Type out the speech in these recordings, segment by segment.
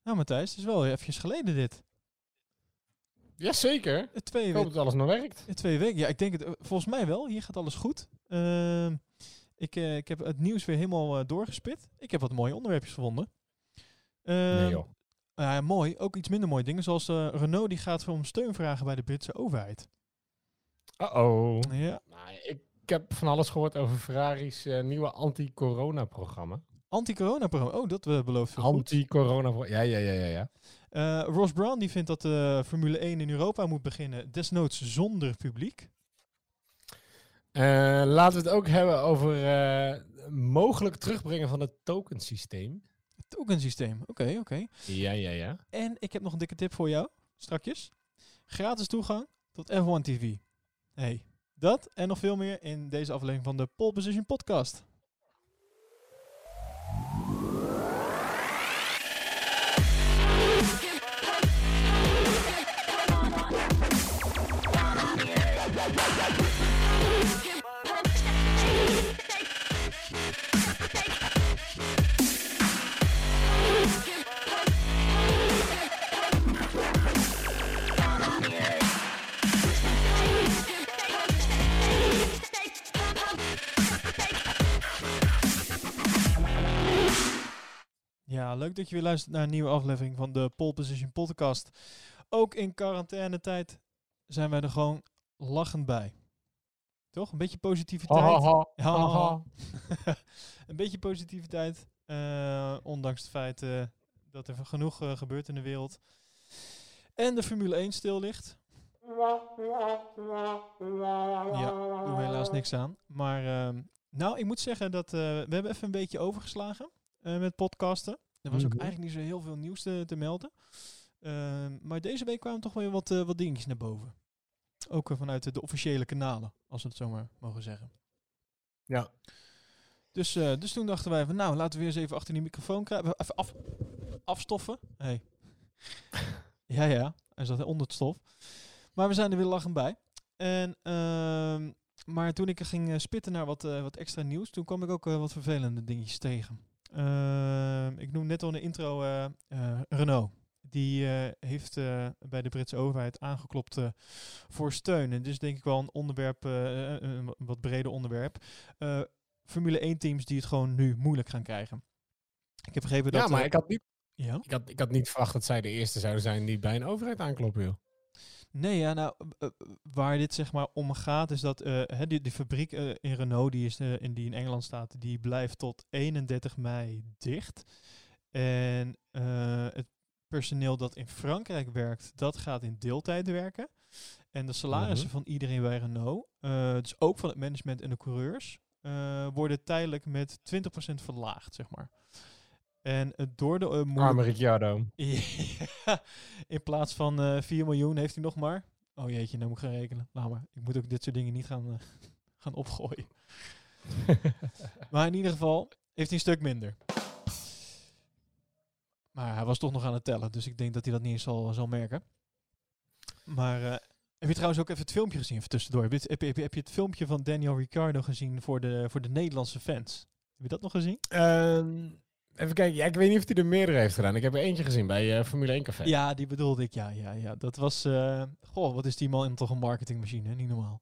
Nou Matthijs, het is wel even geleden dit. Jazeker. 2 Ik hoop weken. dat alles nog werkt. 2 weken. Ja, ik denk het. Volgens mij wel. Hier gaat alles goed. Ik heb het nieuws weer helemaal doorgespit. Ik heb wat mooie onderwerpjes gevonden. Nee joh. Mooi. Ook iets minder mooie dingen. Zoals Renault die gaat om steun vragen bij de Britse overheid. Uh-oh. Ja. Nou, ik heb van alles gehoord over Ferrari's nieuwe anti-corona-programma. Anti-corona-programma. Oh, dat belooft veel goed. Anti-corona-programma. Ja. Ross Brown die vindt dat de Formule 1 in Europa moet beginnen. Desnoods zonder publiek. Laten we het ook hebben over mogelijk terugbrengen van het tokensysteem. Het tokensysteem. Oké. Ja. En ik heb nog een dikke tip voor jou. Strakjes. Gratis toegang tot F1 TV. Hey, dat en nog veel meer in deze aflevering van de Pole Position Podcast. Ja, leuk dat je weer luistert naar een nieuwe aflevering van de Pole Position Podcast. Ook in quarantainetijd zijn wij er gewoon lachend bij. Toch? Een beetje positiviteit. Haha. Een beetje positiviteit. Ondanks het feit dat er genoeg gebeurt in de wereld. En de Formule 1 stil ligt. Ja, doe helaas niks aan. Maar nou, ik moet zeggen dat we hebben even een beetje overgeslagen met podcasten. Er was ook eigenlijk niet zo heel veel nieuws te melden. Maar deze week kwamen toch wel wat dingetjes naar boven. Ook vanuit de officiële kanalen, als we het zo maar mogen zeggen. Ja. Dus toen dachten wij van, nou, laten we weer eens even achter die microfoon krijgen. Even afstoffen. Hey. Ja, hij zat onder het stof. Maar we zijn er weer lachend bij. En, maar toen ik ging spitten naar wat extra nieuws, toen kwam ik ook wat vervelende dingetjes tegen. Ik noem net al in de intro Renault. Die heeft bij de Britse overheid aangeklopt voor steun. En dus denk ik wel een onderwerp, een wat breder onderwerp. Formule 1 teams die het gewoon nu moeilijk gaan krijgen. Ik heb begrepen dat... Ja, maar Ja? ik had niet verwacht dat zij de eerste zouden zijn die bij een overheid aankloppen, joh. Nee, ja, nou, waar dit zeg maar om gaat is dat die fabriek in Renault, die in Engeland staat, die blijft tot 31 mei dicht. En het personeel dat in Frankrijk werkt, dat gaat in deeltijd werken. En de salarissen van iedereen bij Renault, dus ook van het management en de coureurs, worden tijdelijk met 20% verlaagd, zeg maar. En door de... Arme Ricciardo. Ja, in plaats van 4 miljoen heeft hij nog maar... Oh jeetje, nou moet ik gaan rekenen. Laat maar. Ik moet ook dit soort dingen niet gaan opgooien. Maar in ieder geval heeft hij een stuk minder. Maar hij was toch nog aan het tellen. Dus ik denk dat hij dat niet eens zal merken. Maar heb je trouwens ook even het filmpje gezien? Even tussendoor. Heb je het filmpje van Daniel Ricciardo gezien voor de Nederlandse fans? Heb je dat nog gezien? Even kijken. Ja, ik weet niet of hij er meerdere heeft gedaan. Ik heb er eentje gezien bij Formule 1 Café. Ja, die bedoelde ik. Ja. Dat was... wat is die man toch een marketingmachine, hè? Niet normaal.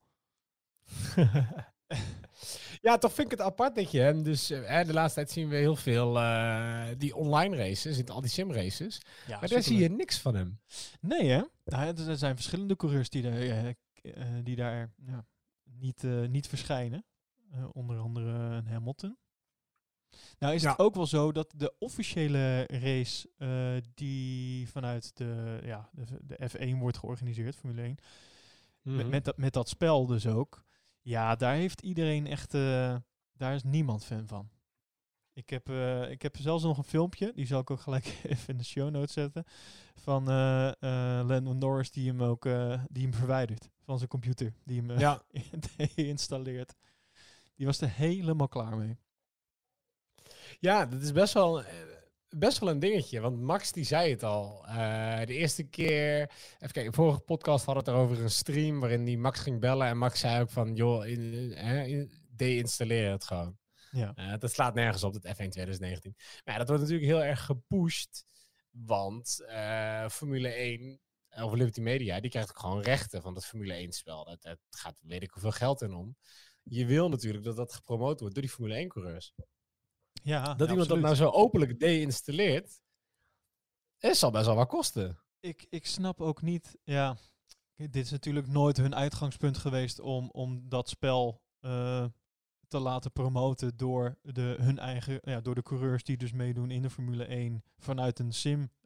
Ja, toch vind ik het apart dat je hem dus... de laatste tijd zien we heel veel die online races, al die sim races. Ja, maar daar zie je niks van hem. Nee, hè? Nou, er zijn verschillende coureurs die daar niet verschijnen. Onder andere een Hamilton. Nou is het ook wel zo dat de officiële race die vanuit de F1 wordt georganiseerd, Formule 1, met dat spel dus ook. Ja, daar heeft iedereen echt, daar is niemand fan van. Ik heb zelfs nog een filmpje, die zal ik ook gelijk even in de show notes zetten, van Lando Norris die hem verwijdert van zijn computer, die hem installeert. Die was er helemaal klaar mee. Ja, dat is best wel een dingetje. Want Max die zei het al. De eerste keer... Even kijken, de vorige podcast had het erover een stream waarin die Max ging bellen. En Max zei ook van, joh, deinstalleer het gewoon. Ja. Dat slaat nergens op, het F1 2019. Maar ja, dat wordt natuurlijk heel erg gepusht Want Formule 1, of Liberty Media, die krijgt ook gewoon rechten van dat Formule 1 spel. Dat gaat weet ik hoeveel geld in om. Je wil natuurlijk dat dat gepromoot wordt door die Formule 1 coureurs. Ja, Dat iemand dat nou zo openlijk deinstalleert, zal best wel wat kosten. Ik snap ook niet, ja, dit is natuurlijk nooit hun uitgangspunt geweest om dat spel te laten promoten door hun eigen, door de coureurs die dus meedoen in de Formule 1 vanuit een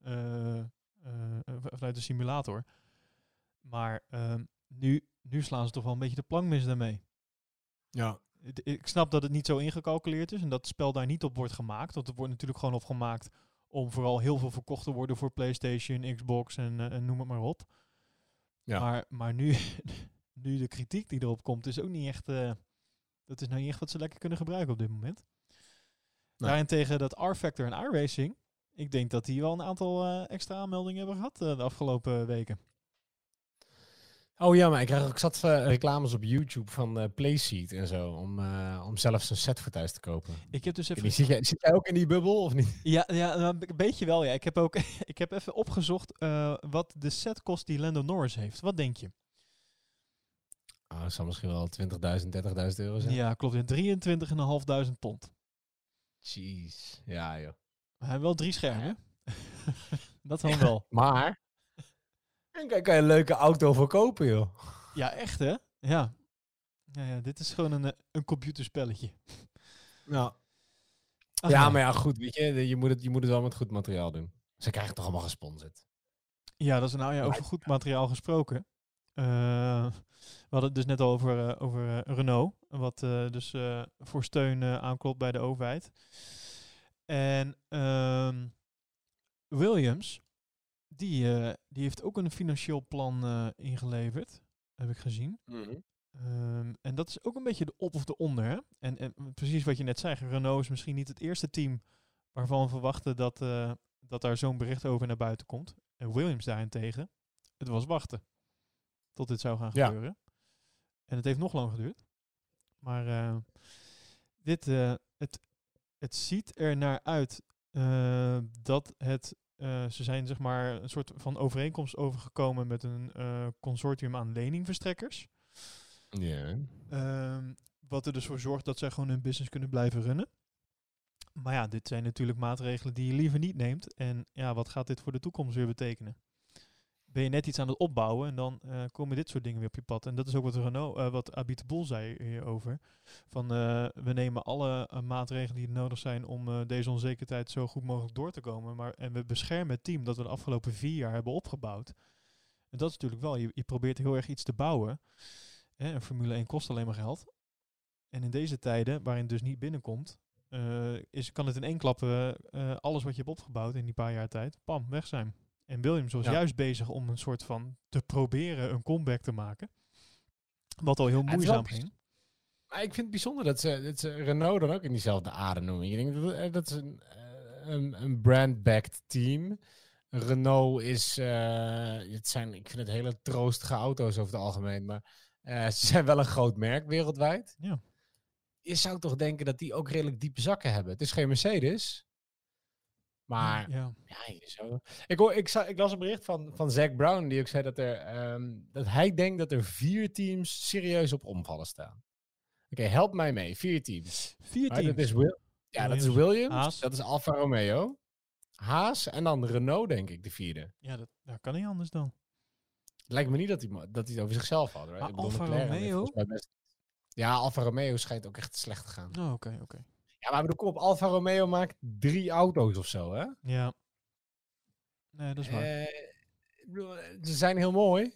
vanuit de simulator. Maar nu slaan ze toch wel een beetje de plank mis daarmee. Ja. Ik snap dat het niet zo ingecalculeerd is en dat het spel daar niet op wordt gemaakt. Want het wordt natuurlijk gewoon op gemaakt om vooral heel veel verkocht te worden voor PlayStation, Xbox en noem het maar op. Ja. Maar nu de kritiek die erop komt, is ook niet echt... dat is nou niet echt wat ze lekker kunnen gebruiken op dit moment. Nee. Daarentegen dat R-Factor en iRacing, ik denk dat die wel een aantal extra aanmeldingen hebben gehad de afgelopen weken. Oh ja, maar ik krijg ook zat reclames op YouTube van Playseat en zo, om zelfs een set voor thuis te kopen. Ik heb dus even... Zit jij ook in die bubbel of niet? Ja, een beetje wel, ja. Ik heb even opgezocht wat de set kost die Lando Norris heeft. Wat denk je? Het zal misschien wel 20.000, 30.000 euro zijn. Ja, klopt. 23.500 pond. Jeez, ja joh. Hij heeft wel 3 schermen. Dat dan wel. Maar... En kan je een leuke auto voor kopen, joh. Ja, echt hè? Ja. Ja, dit is gewoon een computerspelletje. Ja. Ja, maar ja, goed, weet je, je moet het wel met goed materiaal doen. Ze krijgen het toch allemaal gesponsord. Ja, dat is over goed materiaal gesproken. We hadden het dus net al over Renault, wat dus voor steun aanklopt bij de overheid. En Williams, die heeft ook een financieel plan ingeleverd, heb ik gezien. Mm-hmm. En dat is ook een beetje de op of de onder. Hè? En precies wat je net zei, Renault is misschien niet het eerste team waarvan we verwachten dat daar zo'n bericht over naar buiten komt. En Williams daarentegen, het was wachten tot dit zou gaan gebeuren. En het heeft nog lang geduurd. Maar het ziet er naar uit dat ze zijn zeg maar een soort van overeenkomst overgekomen met een consortium aan leningverstrekkers. Ja. Wat er dus voor zorgt dat zij gewoon hun business kunnen blijven runnen. Maar ja, dit zijn natuurlijk maatregelen die je liever niet neemt. En ja, wat gaat dit voor de toekomst weer betekenen? Ben je net iets aan het opbouwen en dan komen dit soort dingen weer op je pad. En dat is ook wat Abit Boel zei hierover. Van we nemen alle maatregelen die nodig zijn om deze onzekerheid zo goed mogelijk door te komen. En we beschermen het team dat we de afgelopen 4 jaar hebben opgebouwd. En dat is natuurlijk wel, je probeert heel erg iets te bouwen. En Formule 1 kost alleen maar geld. En in deze tijden, waarin het dus niet binnenkomt, kan het in één klap alles wat je hebt opgebouwd in die paar jaar tijd, pam, weg zijn. En Williams was juist bezig om een soort van te proberen een comeback te maken. Wat al heel moeizaam ging. Maar ik vind het bijzonder dat ze Renault dan ook in diezelfde aarde noemen. Je denkt dat is een brand-backed team. Renault is, ik vind het hele troostige auto's over het algemeen, maar ze zijn wel een groot merk wereldwijd. Ja. Je zou toch denken dat die ook redelijk diepe zakken hebben. Het is geen Mercedes. Maar zo. Ik las een bericht van Zac Brown die ook zei dat hij denkt dat er 4 teams serieus op omvallen staan. Oké, help mij mee. 4 teams. 4 teams? Dat is Williams, Haas. Dat is Alfa Romeo, Haas en dan Renault denk ik, de 4e. Ja, dat kan niet anders dan. Lijkt me niet dat hij het over zichzelf had. Right? Alfa Romeo? Ja, Alfa Romeo schijnt ook echt slecht te gaan. Oh, oké. Ja, maar kom op, Alfa Romeo maakt 3 auto's of zo, hè? Ja. Nee, dat is waar. Ze zijn heel mooi.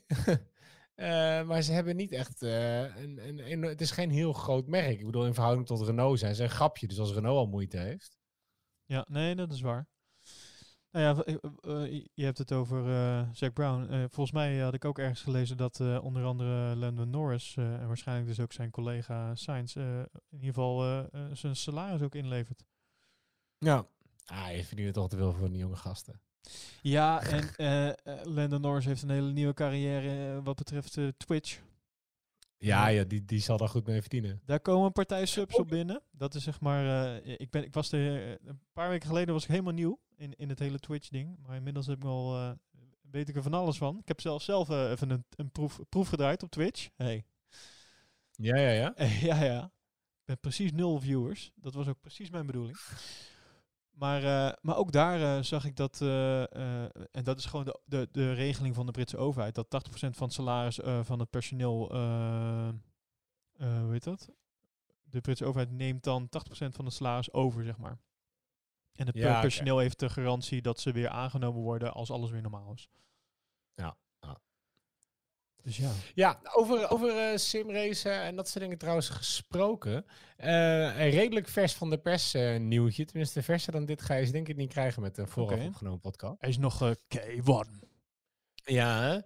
Maar ze hebben niet echt... het is geen heel groot merk. Ik bedoel, in verhouding tot Renault zijn ze een grapje. Dus als Renault al moeite heeft... Ja, nee, dat is waar. Nou ja, je hebt het over Zac Brown. Volgens mij had ik ook ergens gelezen dat onder andere Lando Norris en waarschijnlijk dus ook zijn collega Sainz in ieder geval zijn salaris ook inlevert. Ja. Je verdient toch te veel voor die jonge gasten. Ja, en Lando Norris heeft een hele nieuwe carrière wat betreft Twitch. Ja, die zal daar goed mee verdienen. Daar komen een partij subs op binnen. Dat is zeg maar... een paar weken geleden was ik helemaal nieuw. in het hele Twitch-ding. Maar inmiddels weet ik er van alles van. Ik heb zelf even een proef gedraaid op Twitch. Hey. Ja. Ja. Met precies 0 viewers. Dat was ook precies mijn bedoeling. Maar ook daar zag ik dat, en dat is gewoon de regeling van de Britse overheid, dat 80% van het salaris van het personeel, hoe heet dat? De Britse overheid neemt dan 80% van het salaris over, zeg maar. En het personeel heeft de garantie dat ze weer aangenomen worden als alles weer normaal is. Ja. Dus ja. Ja, over simracen en dat soort dingen trouwens gesproken. Een redelijk vers van de pers nieuwtje. Tenminste, verser dan dit ga je denk ik niet krijgen met een vooraf opgenomen podcast. Hij is nog K1. Ja,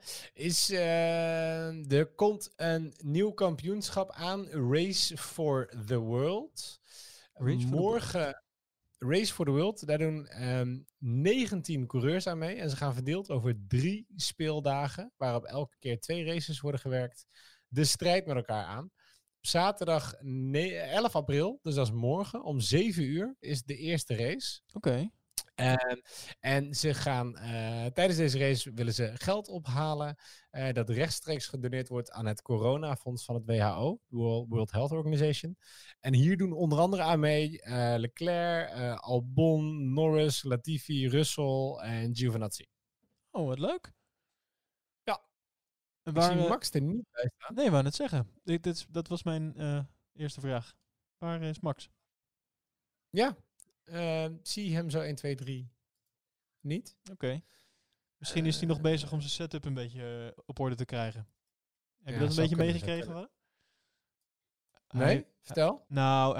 er komt een nieuw kampioenschap aan. Race for the World. Morgen Race for the World. Daar doen 19 coureurs aan mee. En ze gaan verdeeld over 3 speeldagen. Waarop elke keer 2 races worden gewerkt. De strijd met elkaar aan. Op zaterdag 11 april, dus dat is morgen, om 7 uur is de eerste race. Oké. En ze gaan tijdens deze race willen ze geld ophalen dat rechtstreeks gedoneerd wordt aan het coronafonds van het WHO, World Health Organization. En hier doen onder andere aan mee Leclerc, Albon, Norris, Latifi, Russell en Giovinazzi. Oh, wat leuk. Ja. En ik zie Max er niet bij staan. Nee, ik wou net zeggen. Dat was mijn eerste vraag. Waar is Max? Ja. Zie hem zo 1, 2, 3 niet. Oké. Misschien is hij nog bezig om zijn setup een beetje op orde te krijgen. Heb je dat een beetje meegekregen? Hoor? Nee? Vertel. Nou,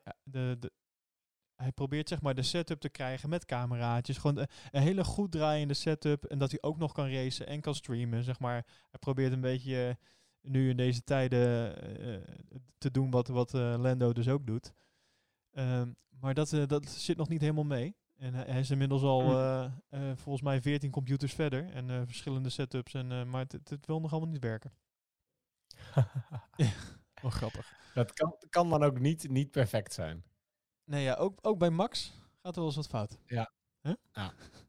hij probeert zeg maar de setup te krijgen met cameraatjes. Gewoon een hele goed draaiende setup. En dat hij ook nog kan racen en kan streamen. Zeg maar. Hij probeert een beetje nu in deze tijden te doen wat Lando dus ook doet. Maar dat zit nog niet helemaal mee. En hij is inmiddels al volgens mij 14 computers verder. En verschillende setups. Maar het wil nog allemaal niet werken. Oh, grappig. Dat kan dan ook niet perfect zijn. Nee, ja, ook bij Max gaat er wel eens wat fout. Ja. Huh? Ja.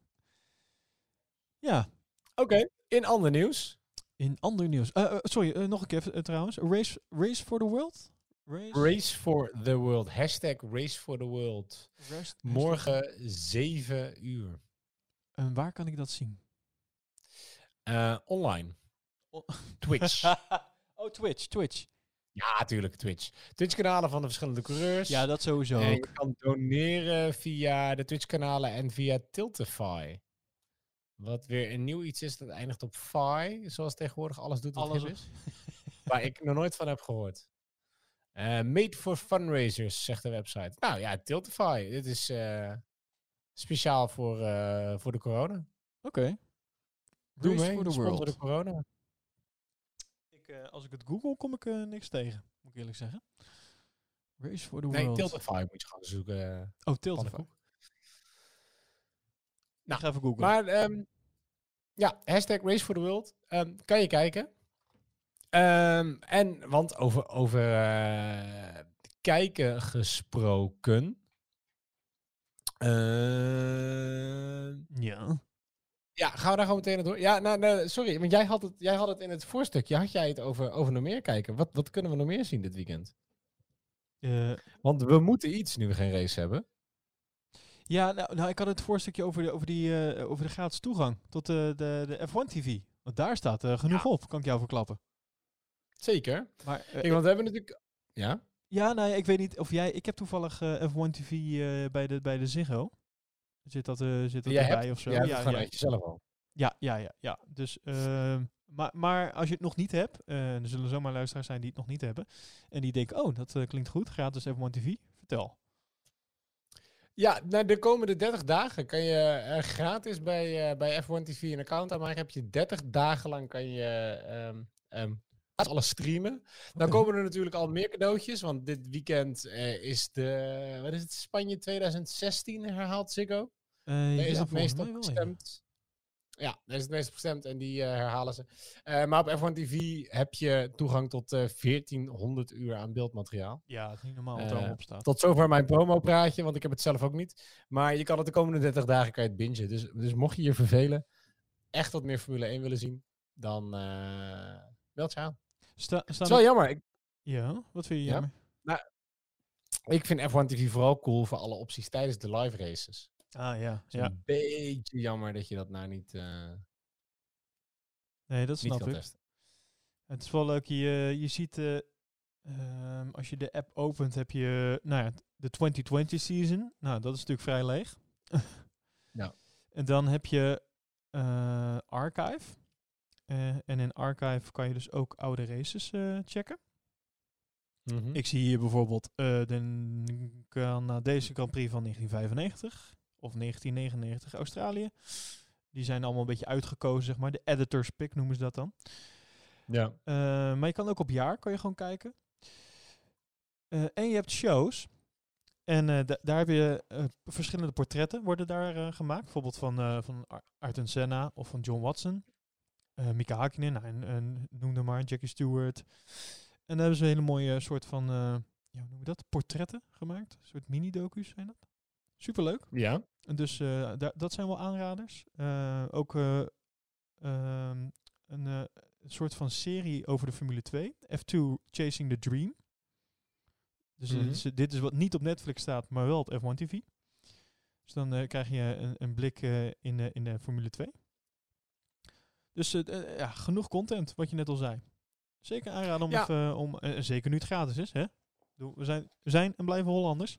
Ja. Oké, in ander nieuws. Sorry, nog een keer trouwens. Race for the World? Race for the World. Hashtag Race for the World. Morgen 7 uur. En waar kan ik dat zien? Online. Twitch. Oh, Twitch. Ja, tuurlijk, Twitch. Twitch-kanalen van de verschillende coureurs. Ja, dat sowieso en ook. je kan doneren via de Twitch-kanalen en via Tiltify. Wat weer een nieuw iets is dat eindigt op Fi. Zoals tegenwoordig alles doet wat hip is. Waar ik nog nooit van heb gehoord. Made for fundraisers, zegt de website. Nou ja, Tiltify. Dit is speciaal voor de corona. Oké. Doe mee, sponsor de corona. Als ik het google, kom ik niks tegen. Moet ik eerlijk zeggen. Race for the World. Nee, Tiltify moet je gewoon zoeken. Oh, Tiltify. Nou, ik ga even googlen. Maar ja, hashtag Race for the World. Kan je kijken. Want over kijken gesproken. Ja. Ja, gaan we daar gewoon meteen door. Ja, nou, sorry, want jij had het in het voorstukje. Had jij het over nog meer kijken? Wat kunnen we nog meer zien dit weekend? Want we moeten iets nu we geen race hebben. Ja, nou ik had het voorstukje over de gratis toegang tot de F1 TV. Want daar staat genoeg op, kan ik jou verklappen. Zeker. Maar, want we hebben natuurlijk... Ja? Ja, nou ja, ik weet niet of jij... Ik heb toevallig F1 TV bij de Ziggo. Zit dat erbij of zo? Ja, dat gewoon uit jezelf al. Ja. Dus, maar als je het nog niet hebt... er zullen zomaar luisteraars zijn die het nog niet hebben. En die denken, oh, dat klinkt goed. Gratis F1 TV. Vertel. Ja, de komende 30 dagen kan je gratis bij F1 TV een account aanmaken. Heb je 30 dagen lang kan je alles streamen. Dan komen er natuurlijk al meer cadeautjes. Want dit weekend is wat is het? Spanje 2016 herhaalt Ziggo. Daar is het meestal gestemd. Ja, daar is het meeste gestemd en die herhalen ze. Maar op F1 TV heb je toegang tot 1400 uur aan beeldmateriaal. Ja, het is niet normaal wat er allemaal op staat. Tot zover mijn promo-praatje, want ik heb het zelf ook niet. Maar je kan het de komende 30 dagen kan je het bingen. Dus mocht je je vervelen, echt wat meer Formule 1 willen zien, dan meld je aan. Het is wel jammer. Ja, wat vind je jammer? Nou, ik vind F1 TV vooral cool voor alle opties tijdens de live races. Ah ja, Het is een beetje jammer dat je dat nou niet nee, dat snap kan ik. testen. Het is wel leuk, je ziet, als je de app opent, heb je de 2020 season. Nou, dat is natuurlijk vrij leeg. Ja. En dan heb je Archive. En in Archive kan je dus ook oude races checken. Mm-hmm. Ik zie hier bijvoorbeeld de Canadese Grand Prix van 1995 of 1999 Australië. Die zijn allemaal een beetje uitgekozen, zeg maar. De editor's pick noemen ze dat dan. Ja. Maar je kan ook op jaar kan je gewoon kijken. En je hebt shows. En daar heb je verschillende portretten worden daar gemaakt. Bijvoorbeeld van Ayrton Senna of van John Watson. Mika Hakkinen, noem er maar, Jackie Stewart. En daar hebben ze een hele mooie soort van, hoe noem je dat? Portretten gemaakt. Een soort mini-docu's zijn dat. Superleuk. Ja. En dus dat zijn wel aanraders. Ook een soort van serie over de Formule 2. F2 Chasing the Dream. Dus dit is wat niet op Netflix staat, maar wel op F1 TV. Dus dan krijg je een blik in de Formule 2. Dus genoeg content, wat je net al zei. Zeker aanraden om zeker nu het gratis is. Hè? We zijn en blijven Hollanders.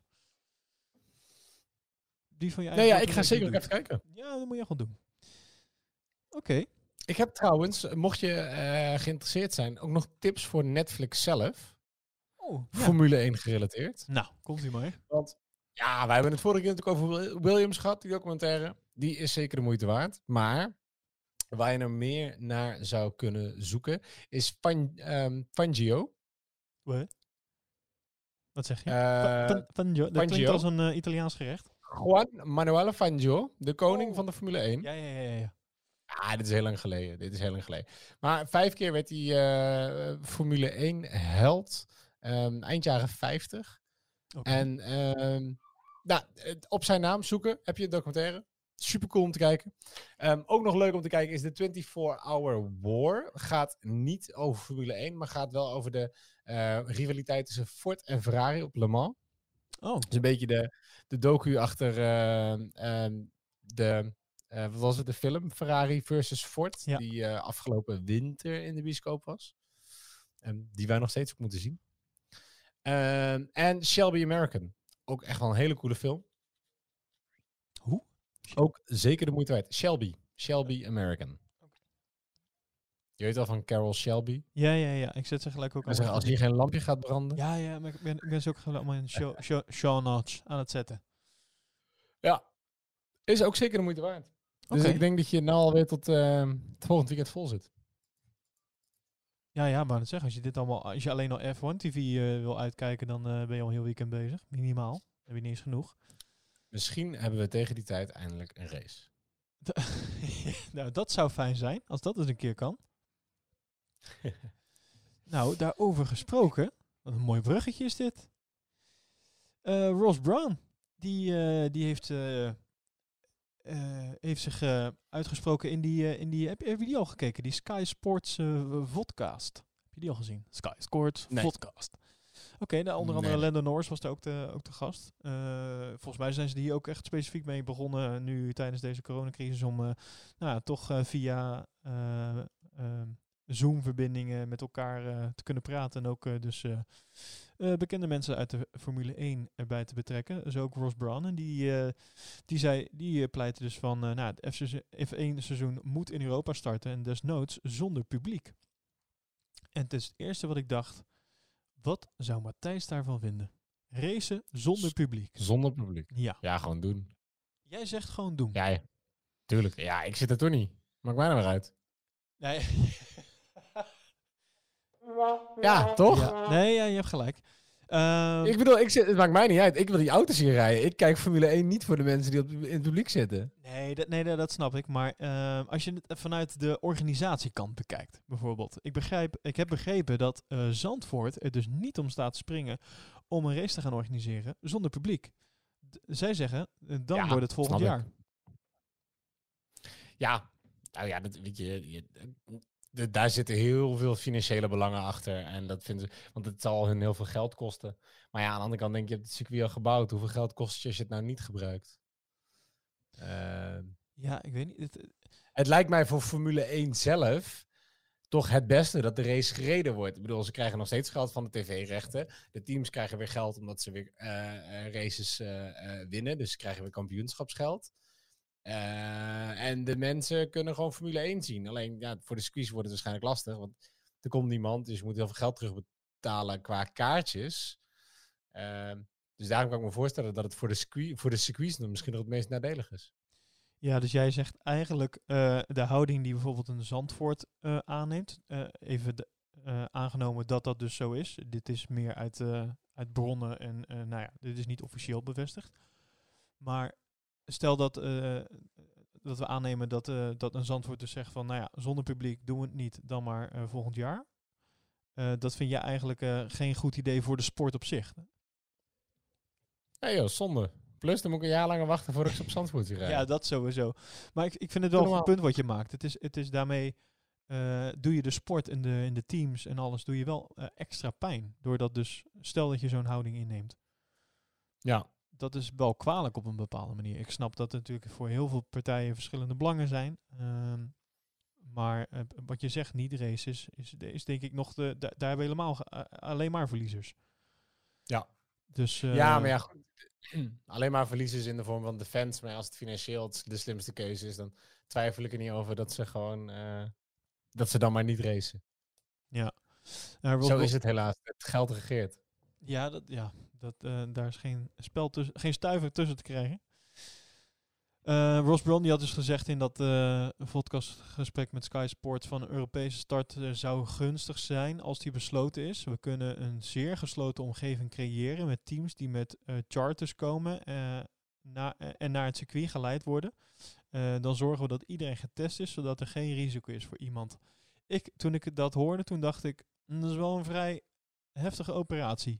Die van je eigen ik ga zeker ook even kijken. Ja, dat moet je gewoon doen. Oké. Ik heb trouwens, mocht je geïnteresseerd zijn, ook nog tips voor Netflix zelf. Formule 1 gerelateerd. Nou, komt ie maar. Want wij hebben het vorige keer natuurlijk over Williams gehad, die documentaire. Die is zeker de moeite waard. Maar waar je er meer naar zou kunnen zoeken, is Fangio. Wat zeg je? Fangio. Dat klinkt als een Italiaans gerecht. Juan Manuel Fangio, de koning van de Formule 1. Ja. Ah, dit is heel lang geleden. Maar 5 keer werd hij Formule 1 held. Eind jaren 50. Okay. En op zijn naam zoeken heb je een documentaire. Super cool om te kijken. Ook nog leuk om te kijken is de 24-Hour War. Gaat niet over Formule 1, maar gaat wel over de rivaliteit tussen Ford en Ferrari op Le Mans. Oh. Dus een beetje de docu achter wat was het? De film Ferrari versus Ford. Ja. Die afgelopen winter in de bioscoop was. Die wij nog steeds ook moeten zien. En Shelby American. Ook echt wel een hele coole film. Hoe? Ook zeker de moeite waard. Shelby American. Okay. Je weet al van Carroll Shelby? Ja. Ik zet ze gelijk ook aan. Als hier geen lampje gaat branden. Ja, maar ik ben ze ook allemaal in show notes aan het zetten. Ja. Is ook zeker de moeite waard. Dus ik denk dat je nou alweer tot het volgende weekend vol zit. Ja, maar dat zeg, als je alleen al F1 TV wil uitkijken, dan ben je al een heel weekend bezig. Minimaal. Dan heb je niet eens genoeg. Misschien hebben we tegen die tijd eindelijk een race. Nou, dat zou fijn zijn, als dat eens een keer kan. Nou, daarover gesproken. Wat een mooi bruggetje is dit. Ross Brawn, die heeft zich uitgesproken in die heb je die al gekeken? Die Sky Sports vodcast. Heb je die al gezien? Sky Sports vodcast. Oké, onder andere Lando Norris was daar ook de gast. Volgens mij zijn ze hier ook echt specifiek mee begonnen nu tijdens deze coronacrisis om toch via Zoom-verbindingen met elkaar te kunnen praten. En ook bekende mensen uit de Formule 1 erbij te betrekken. Dus ook Ross Brawn. En die pleitte dus van het F1-seizoen moet in Europa starten en desnoods zonder publiek. En het is het eerste wat ik dacht, wat zou Matthijs daarvan vinden? Racen zonder publiek. Zonder publiek? Ja, gewoon doen. Jij zegt gewoon doen. Ja, tuurlijk. Ja, ik zit er toch niet. Maakt mij nou weer uit. Nee. Ja, toch? Ja. Nee, je hebt gelijk. Ik bedoel, het maakt mij niet uit. Ik wil die auto's hier rijden. Ik kijk Formule 1 niet voor de mensen die in het publiek zitten. Nee, dat snap ik. Maar als je het vanuit de organisatiekant bekijkt, bijvoorbeeld. Ik heb begrepen dat Zandvoort er dus niet om staat te springen om een race te gaan organiseren zonder publiek. Zij zeggen, dan wordt het volgend jaar. Ja, nou ja, dat, weet je, daar zitten heel veel financiële belangen achter. En dat vinden ze, want het zal hun heel veel geld kosten. Maar ja, aan de andere kant denk je, je hebt het circuit al gebouwd. Hoeveel geld kost het je als je het nou niet gebruikt? Ja, ik weet niet. Het lijkt mij voor Formule 1 zelf toch het beste dat de race gereden wordt. Ik bedoel, ze krijgen nog steeds geld van de tv-rechten. De teams krijgen weer geld omdat ze weer races winnen. Dus ze krijgen weer kampioenschapsgeld. En de mensen kunnen gewoon Formule 1 zien. Alleen ja, voor de circuits wordt het waarschijnlijk lastig. Want er komt niemand, dus je moet heel veel geld terugbetalen qua kaartjes. Dus daarom kan ik me voorstellen dat het voor de circuits misschien nog het meest nadelig is. Ja, dus jij zegt eigenlijk de houding die bijvoorbeeld een Zandvoort aanneemt. Aangenomen dat dat dus zo is. Dit is meer uit bronnen en nou ja, dit is niet officieel bevestigd. Maar stel dat we aannemen dat een Zandvoort dus zegt van, nou ja, zonder publiek doen we het niet, dan maar volgend jaar. Dat vind je eigenlijk geen goed idee voor de sport op zich. Nee joh, zonde. Plus, dan moet ik een jaar langer wachten voordat ik op Zandvoort rijden. Ja, dat sowieso. Maar ik vind het wel een goed punt wat je maakt. Het is daarmee, doe je de sport en de teams en alles, doe je wel extra pijn. Doordat dus, stel dat je zo'n houding inneemt. Ja. Dat is wel kwalijk op een bepaalde manier. Ik snap dat er natuurlijk voor heel veel partijen verschillende belangen zijn. Maar wat je zegt, niet races, is denk ik nog daar hebben we helemaal alleen maar verliezers. Ja. Dus, ja, maar ja, goed. Alleen maar verliezers in de vorm van de fans. Maar als het financieel de slimste keuze is, dan twijfel ik er niet over dat ze gewoon dat ze dan maar niet racen. Ja. Zo is het helaas. Het geld regeert. Ja, daar is geen stuiver tussen te krijgen. Ross Brawn die had dus gezegd in dat podcastgesprek met Sky Sports van een Europese start zou gunstig zijn als die besloten is. We kunnen een zeer gesloten omgeving creëren met teams die met charters komen en naar het circuit geleid worden. Dan zorgen we dat iedereen getest is, zodat er geen risico is voor iemand. Toen ik dat hoorde, toen dacht ik, dat is wel een vrij heftige operatie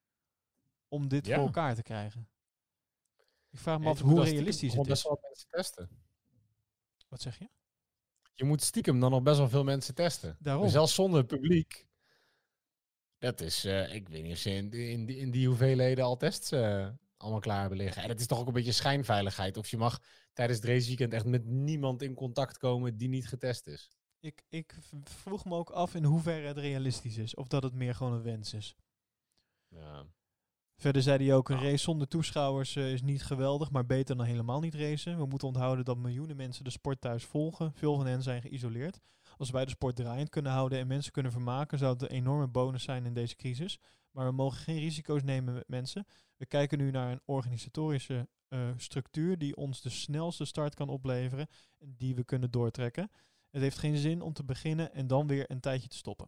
om dit voor elkaar te krijgen. Ik vraag me af hoe realistisch het is. Best wel mensen testen. Wat zeg je? Je moet stiekem dan nog best wel veel mensen testen. Daarom. Zelfs zonder publiek. Dat is, ik weet niet of ze in die hoeveelheden al tests allemaal klaar hebben liggen. En het is toch ook een beetje schijnveiligheid. Of je mag tijdens het raceweekend echt met niemand in contact komen die niet getest is. Ik vroeg me ook af in hoeverre het realistisch is. Of dat het meer gewoon een wens is. Ja. Verder zei hij ook, een race zonder toeschouwers is niet geweldig, maar beter dan helemaal niet racen. We moeten onthouden dat miljoenen mensen de sport thuis volgen. Veel van hen zijn geïsoleerd. Als wij de sport draaiend kunnen houden en mensen kunnen vermaken, zou het een enorme bonus zijn in deze crisis. Maar we mogen geen risico's nemen met mensen. We kijken nu naar een organisatorische structuur die ons de snelste start kan opleveren en die we kunnen doortrekken. Het heeft geen zin om te beginnen en dan weer een tijdje te stoppen.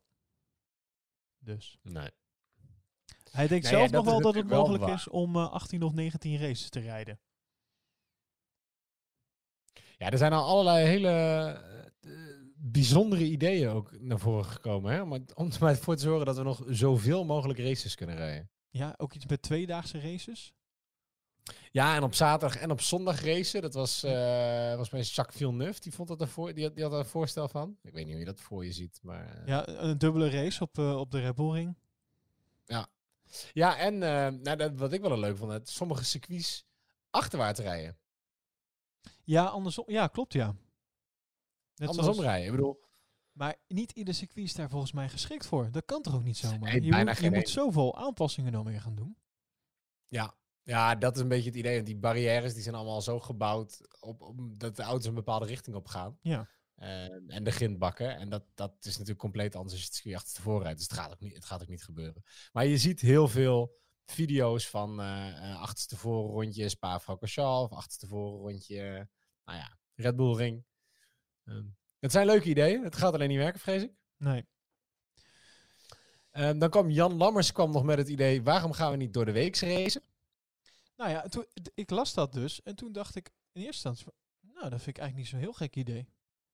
Dus. Nee. Hij denkt zelf nog wel dat het mogelijk is om 18 of 19 races te rijden. Ja, er zijn al allerlei hele bijzondere ideeën ook naar voren gekomen. Hè? Om er maar voor te zorgen dat we nog zoveel mogelijk races kunnen rijden. Ja, ook iets met tweedaagse races? Ja, en op zaterdag en op zondag racen. Dat was bij Jacques Villeneuve. Die had er een voorstel van. Ik weet niet hoe je dat voor je ziet. Maar, ja, een dubbele race op de Red Bull Ring. Ja. Ja, en wat ik wel leuk vond, sommige circuits achterwaarts rijden. Ja, andersom. Ja, klopt, ja. Net andersom rijden, ik bedoel. Maar niet ieder circuit is daar volgens mij geschikt voor. Dat kan toch ook niet zomaar? Nee, je moet zoveel aanpassingen dan weer gaan doen. Ja, dat is een beetje het idee. Want die barrières die zijn allemaal zo gebouwd dat de auto's een bepaalde richting op gaan. Ja. En de grindbakken. En dat is natuurlijk compleet anders als je het circuit achterstevoren rijdt. Dus het gaat ook niet gebeuren. Maar je ziet heel veel video's van achterstevoren rondje Spa-Francorchamps of achterstevoren rondje Red Bull Ring. Het zijn leuke ideeën. Het gaat alleen niet werken, vrees ik. Nee. Dan kwam Jan Lammers nog met het idee, waarom gaan we niet door de week racen? Nou ja, ik las dat dus. En toen dacht ik in eerste instantie, nou, dat vind ik eigenlijk niet zo'n heel gek idee.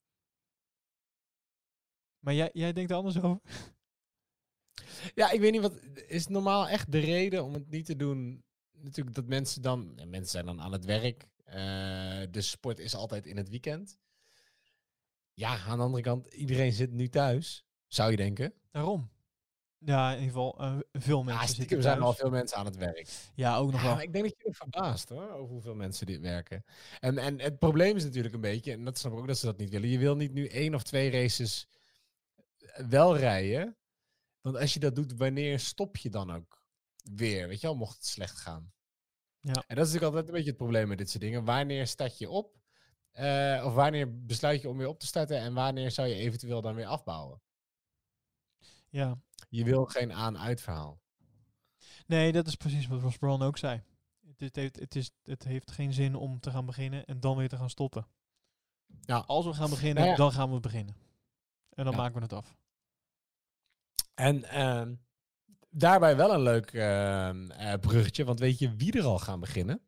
Maar jij denkt er anders over? Ja, ik weet niet, wat is normaal echt de reden om het niet te doen? Natuurlijk dat mensen zijn dan aan het werk. De sport is altijd in het weekend. Ja, aan de andere kant, iedereen zit nu thuis, zou je denken. Daarom. Ja, in ieder geval veel mensen zitten thuis. Er zijn al veel mensen aan het werk. Ja, ook nog wel. Maar ik denk dat je er verbaast hoor, over hoeveel mensen dit werken. En het probleem is natuurlijk een beetje, en dat snap ik ook dat ze dat niet willen. Je wil niet nu 1 of 2 races wel rijden. Want als je dat doet, wanneer stop je dan ook weer? Weet je wel, mocht het slecht gaan. Ja. En dat is natuurlijk altijd een beetje het probleem met dit soort dingen. Wanneer start je op? Of wanneer besluit je om weer op te starten? En wanneer zou je eventueel dan weer afbouwen? Ja. Je wil geen aan-uit verhaal. Nee, dat is precies wat Ross Brawn ook zei. Het heeft geen zin om te gaan beginnen en dan weer te gaan stoppen. Ja. Als we gaan beginnen, dan gaan we beginnen. En dan maken we het af. En daarbij wel een leuk bruggetje. Want weet je wie er al gaan beginnen?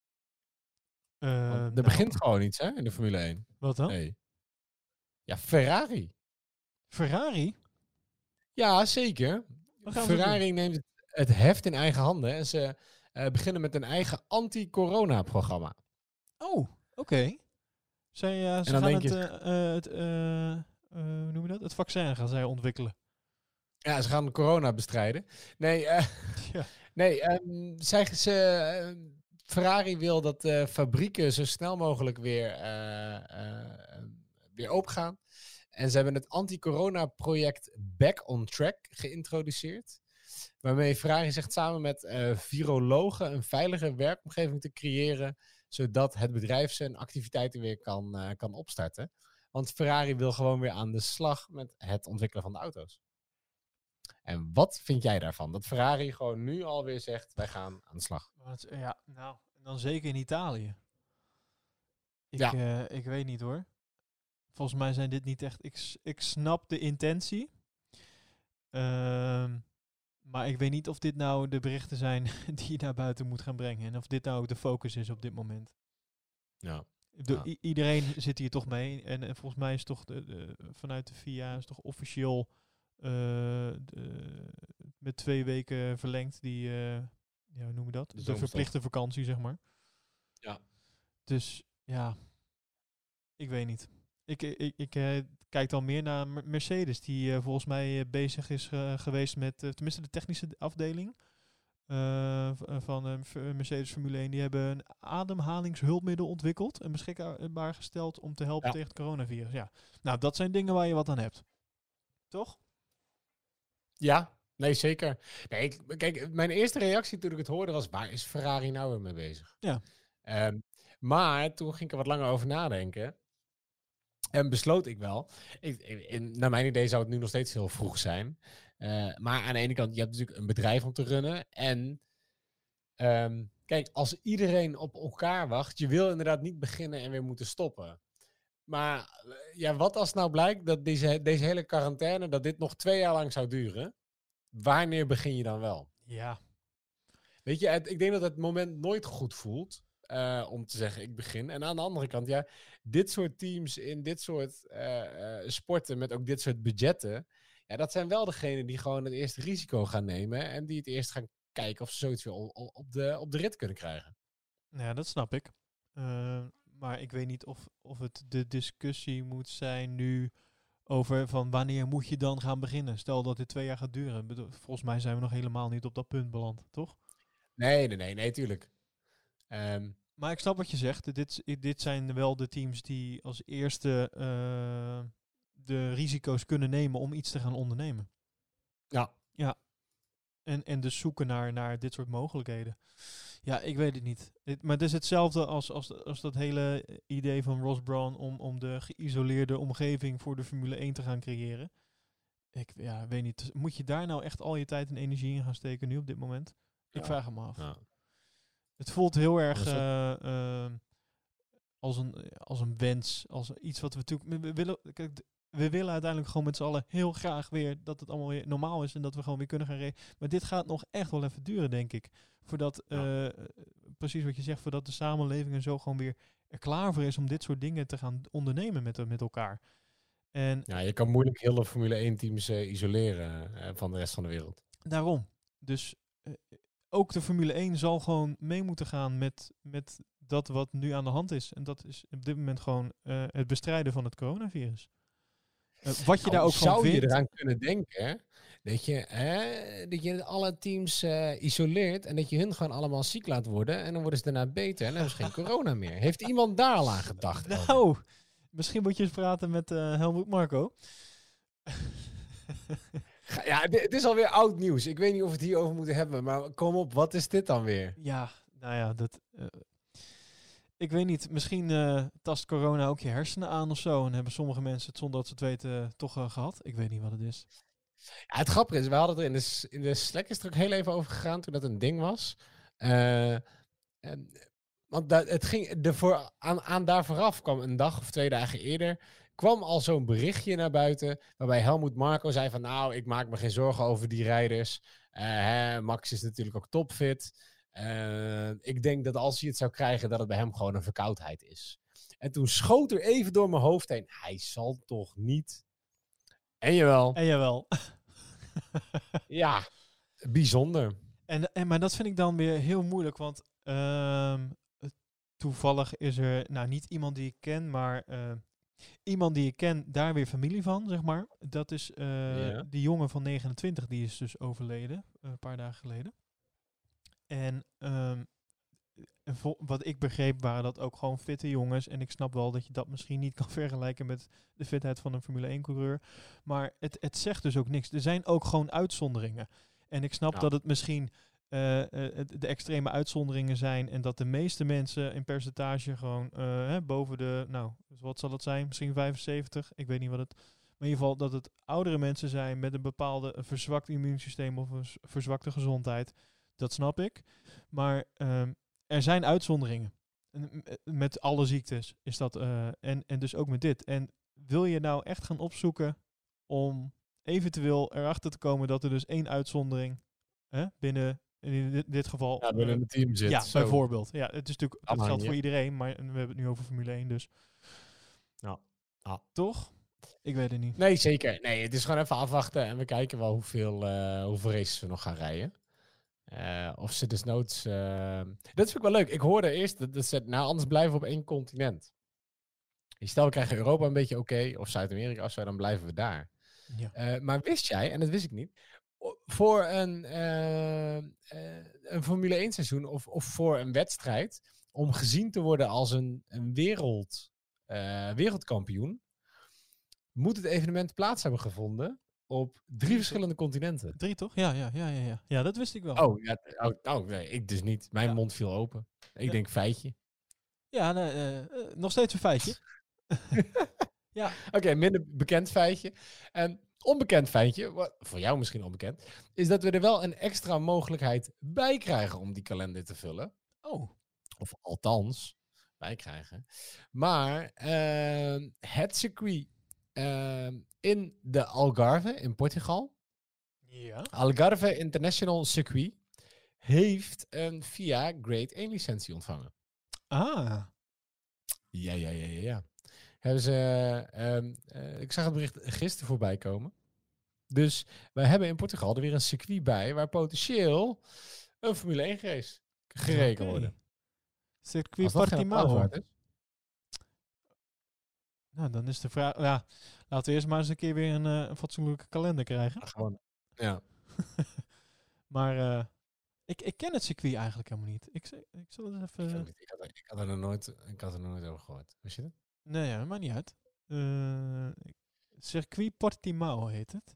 Er begint gewoon iets hè, in de Formule 1. Wat dan? Hey. Ja, Ferrari. Ferrari? Ja, zeker. Ferrari neemt het heft in eigen handen. En ze beginnen met een eigen anti-corona-programma. Oh, oké. Ze gaan hoe noem je dat? Het vaccin gaan zij ontwikkelen. Ja, ze gaan corona bestrijden. Nee, Ferrari wil dat fabrieken zo snel mogelijk weer open gaan. En ze hebben het anti-corona-project Back on Track geïntroduceerd. Waarmee Ferrari zegt samen met virologen een veilige werkomgeving te creëren, zodat het bedrijf zijn activiteiten weer kan opstarten. Want Ferrari wil gewoon weer aan de slag met het ontwikkelen van de auto's. En wat vind jij daarvan? Dat Ferrari gewoon nu alweer zegt, wij gaan aan de slag. Ja, nou, dan zeker in Italië. Ik weet niet hoor. Volgens mij zijn dit niet echt... Ik snap de intentie. Maar ik weet niet of dit nou de berichten zijn die je naar buiten moet gaan brengen. En of dit nou ook de focus is op dit moment. Ja. Iedereen zit hier toch mee. En volgens mij is toch vanuit de FIA is toch officieel met 2 weken verlengd. Hoe noem je dat? De verplichte vakantie, zeg maar. Ja. Dus ja, ik weet niet. Ik kijk dan meer naar Mercedes, die volgens mij bezig is geweest met, tenminste de technische afdeling van Mercedes Formule 1. Die hebben een ademhalingshulpmiddel ontwikkeld en beschikbaar gesteld om te helpen tegen het coronavirus. Ja, nou dat zijn dingen waar je wat aan hebt. Toch? Ja, nee zeker. Nee, kijk, mijn eerste reactie toen ik het hoorde was, waar is Ferrari nou weer mee bezig? Ja. Maar toen ging ik er wat langer over nadenken. En besloot ik wel. Naar mijn idee zou het nu nog steeds heel vroeg zijn. Maar aan de ene kant, je hebt natuurlijk een bedrijf om te runnen. En kijk, als iedereen op elkaar wacht, je wil inderdaad niet beginnen en weer moeten stoppen. Maar ja, wat als nou blijkt dat deze hele quarantaine, dat dit nog 2 jaar lang zou duren? Wanneer begin je dan wel? Ja. Weet je, ik denk dat het moment nooit goed voelt. Om te zeggen, ik begin. En aan de andere kant, ja, dit soort teams in dit soort sporten met ook dit soort budgetten, ja, dat zijn wel degenen die gewoon het eerste risico gaan nemen en die het eerst gaan kijken of ze zoiets weer op de rit kunnen krijgen. Ja, dat snap ik. Maar ik weet niet of het de discussie moet zijn nu over van wanneer moet je dan gaan beginnen. Stel dat dit 2 jaar gaat duren. Volgens mij zijn we nog helemaal niet op dat punt beland, toch? Nee, tuurlijk. Maar ik snap wat je zegt. Dit zijn wel de teams die als eerste de risico's kunnen nemen om iets te gaan ondernemen. Ja. Ja. En dus zoeken naar dit soort mogelijkheden. Ja, ik weet het niet. Maar het is hetzelfde als dat hele idee van Ross Brawn om de geïsoleerde omgeving voor de Formule 1 te gaan creëren. Ik weet niet. Moet je daar nou echt al je tijd en energie in gaan steken nu op dit moment? Ik vraag hem af. Ja. Het voelt heel erg als een wens, als iets wat we natuurlijk willen. Kijk, we willen uiteindelijk gewoon met z'n allen heel graag weer dat het allemaal weer normaal is en dat we gewoon weer kunnen gaan rijden. Maar dit gaat nog echt wel even duren, denk ik. Voordat, precies wat je zegt, voordat de samenleving en zo gewoon weer er klaar voor is om dit soort dingen te gaan ondernemen met elkaar. En Ja, je kan moeilijk hele Formule 1 teams isoleren van de rest van de wereld. daarom. Dus ook de Formule 1 zal gewoon mee moeten gaan met dat wat nu aan de hand is. En dat is op dit moment gewoon het bestrijden van het coronavirus. Wat je daar ook gewoon zou vindt. je eraan kunnen denken dat je alle teams isoleert en dat je hun gewoon allemaal ziek laat worden en dan worden ze daarna beter en dan hebben ze geen corona meer. Heeft iemand daar al aan gedacht? Nou, misschien moet je eens praten met Helmut Marko. Ja, het is alweer oud nieuws. Ik weet niet of we het hierover moeten hebben, maar kom op, wat is dit dan weer? Ja, nou ja, ik weet niet. Misschien tast corona ook je hersenen aan of zo. En hebben sommige mensen het zonder dat ze het weten toch gehad. Ik weet niet wat het is. Ja, het grappige is, we hadden het er in de Slack is er ook heel even over gegaan toen dat een ding was. Want het ging aan daar vooraf kwam een dag of 2 dagen eerder kwam al zo'n berichtje naar buiten waarbij Helmut Marko zei van nou, ik maak me geen zorgen over die rijders. Max is natuurlijk ook topfit. Ik denk dat als hij het zou krijgen, dat het bij hem gewoon een verkoudheid is. En toen schoot er even door mijn hoofd heen. Hij zal toch niet? En jawel. En jawel. Ja, bijzonder. Maar dat vind ik dan weer heel moeilijk, want toevallig is er, nou niet iemand die ik ken, maar iemand die ik ken, daar weer familie van, zeg maar. Dat is die jongen van 29, die is dus overleden, een paar dagen geleden. En wat ik begreep waren dat ook gewoon fitte jongens. En ik snap wel dat je dat misschien niet kan vergelijken met de fitheid van een Formule 1-coureur. Maar het zegt dus ook niks. Er zijn ook gewoon uitzonderingen. En ik snap dat het misschien de extreme uitzonderingen zijn. En dat de meeste mensen in percentage gewoon boven de, nou, wat zal het zijn? Misschien 75? Ik weet niet wat het... Maar in ieder geval dat het oudere mensen zijn met een bepaalde verzwakt immuunsysteem of een verzwakte gezondheid. Dat snap ik. Maar er zijn uitzonderingen. Met alle ziektes is dat. En dus ook met dit. En wil je nou echt gaan opzoeken om eventueel erachter te komen dat er dus 1 uitzondering binnen, in dit geval... Ja, binnen een team zit. Ja, zo. bijvoorbeeld. Ja, het is natuurlijk, dat geldt voor iedereen, maar we hebben het nu over Formule 1 dus. Ja. Toch? Ik weet het niet. Nee, zeker. Nee, het is gewoon even afwachten en we kijken wel hoeveel races we nog gaan rijden. Of ze desnoods... Dat vind ik wel leuk. Ik hoorde eerst dat ze anders blijven we op 1 continent. Stel, we krijgen Europa een beetje oké, of Zuid-Amerika of zo, dan blijven we daar. Ja. Maar wist jij, en dat wist ik niet, voor een Formule 1 seizoen of voor een wedstrijd, om gezien te worden als een wereldkampioen, moet het evenement plaats hebben gevonden op 3 verschillende continenten. 3 toch? Ja. Ja, dat wist ik wel. Oh, ja, nee, ik dus niet. Mijn mond viel open. Ik denk feitje. Ja, nog steeds een feitje. Ja. Oké, minder bekend feitje. En onbekend feitje, wat voor jou misschien onbekend, is dat we er wel een extra mogelijkheid bij krijgen om die kalender te vullen. Oh. Of althans, bij krijgen. Maar het circuit in de Algarve in Portugal. Ja. Algarve International Circuit heeft een FIA Grade 1 licentie ontvangen. Ah. Ja. Hebben ze, ik zag het bericht gisteren voorbij komen. Dus wij hebben in Portugal er weer een circuit bij waar potentieel een Formule 1 race gereden kan worden. Circuit Portimao. Nou, dan is de vraag... Ja, laten we eerst maar eens een keer weer een fatsoenlijke kalender krijgen. Gewoon, ja. Maar ik ken het circuit eigenlijk helemaal niet. Ik zal het even... Ik had er nog nooit over gehoord. Wist je dat? Nee, ja, dat maakt niet uit. Circuit Portimao heet het.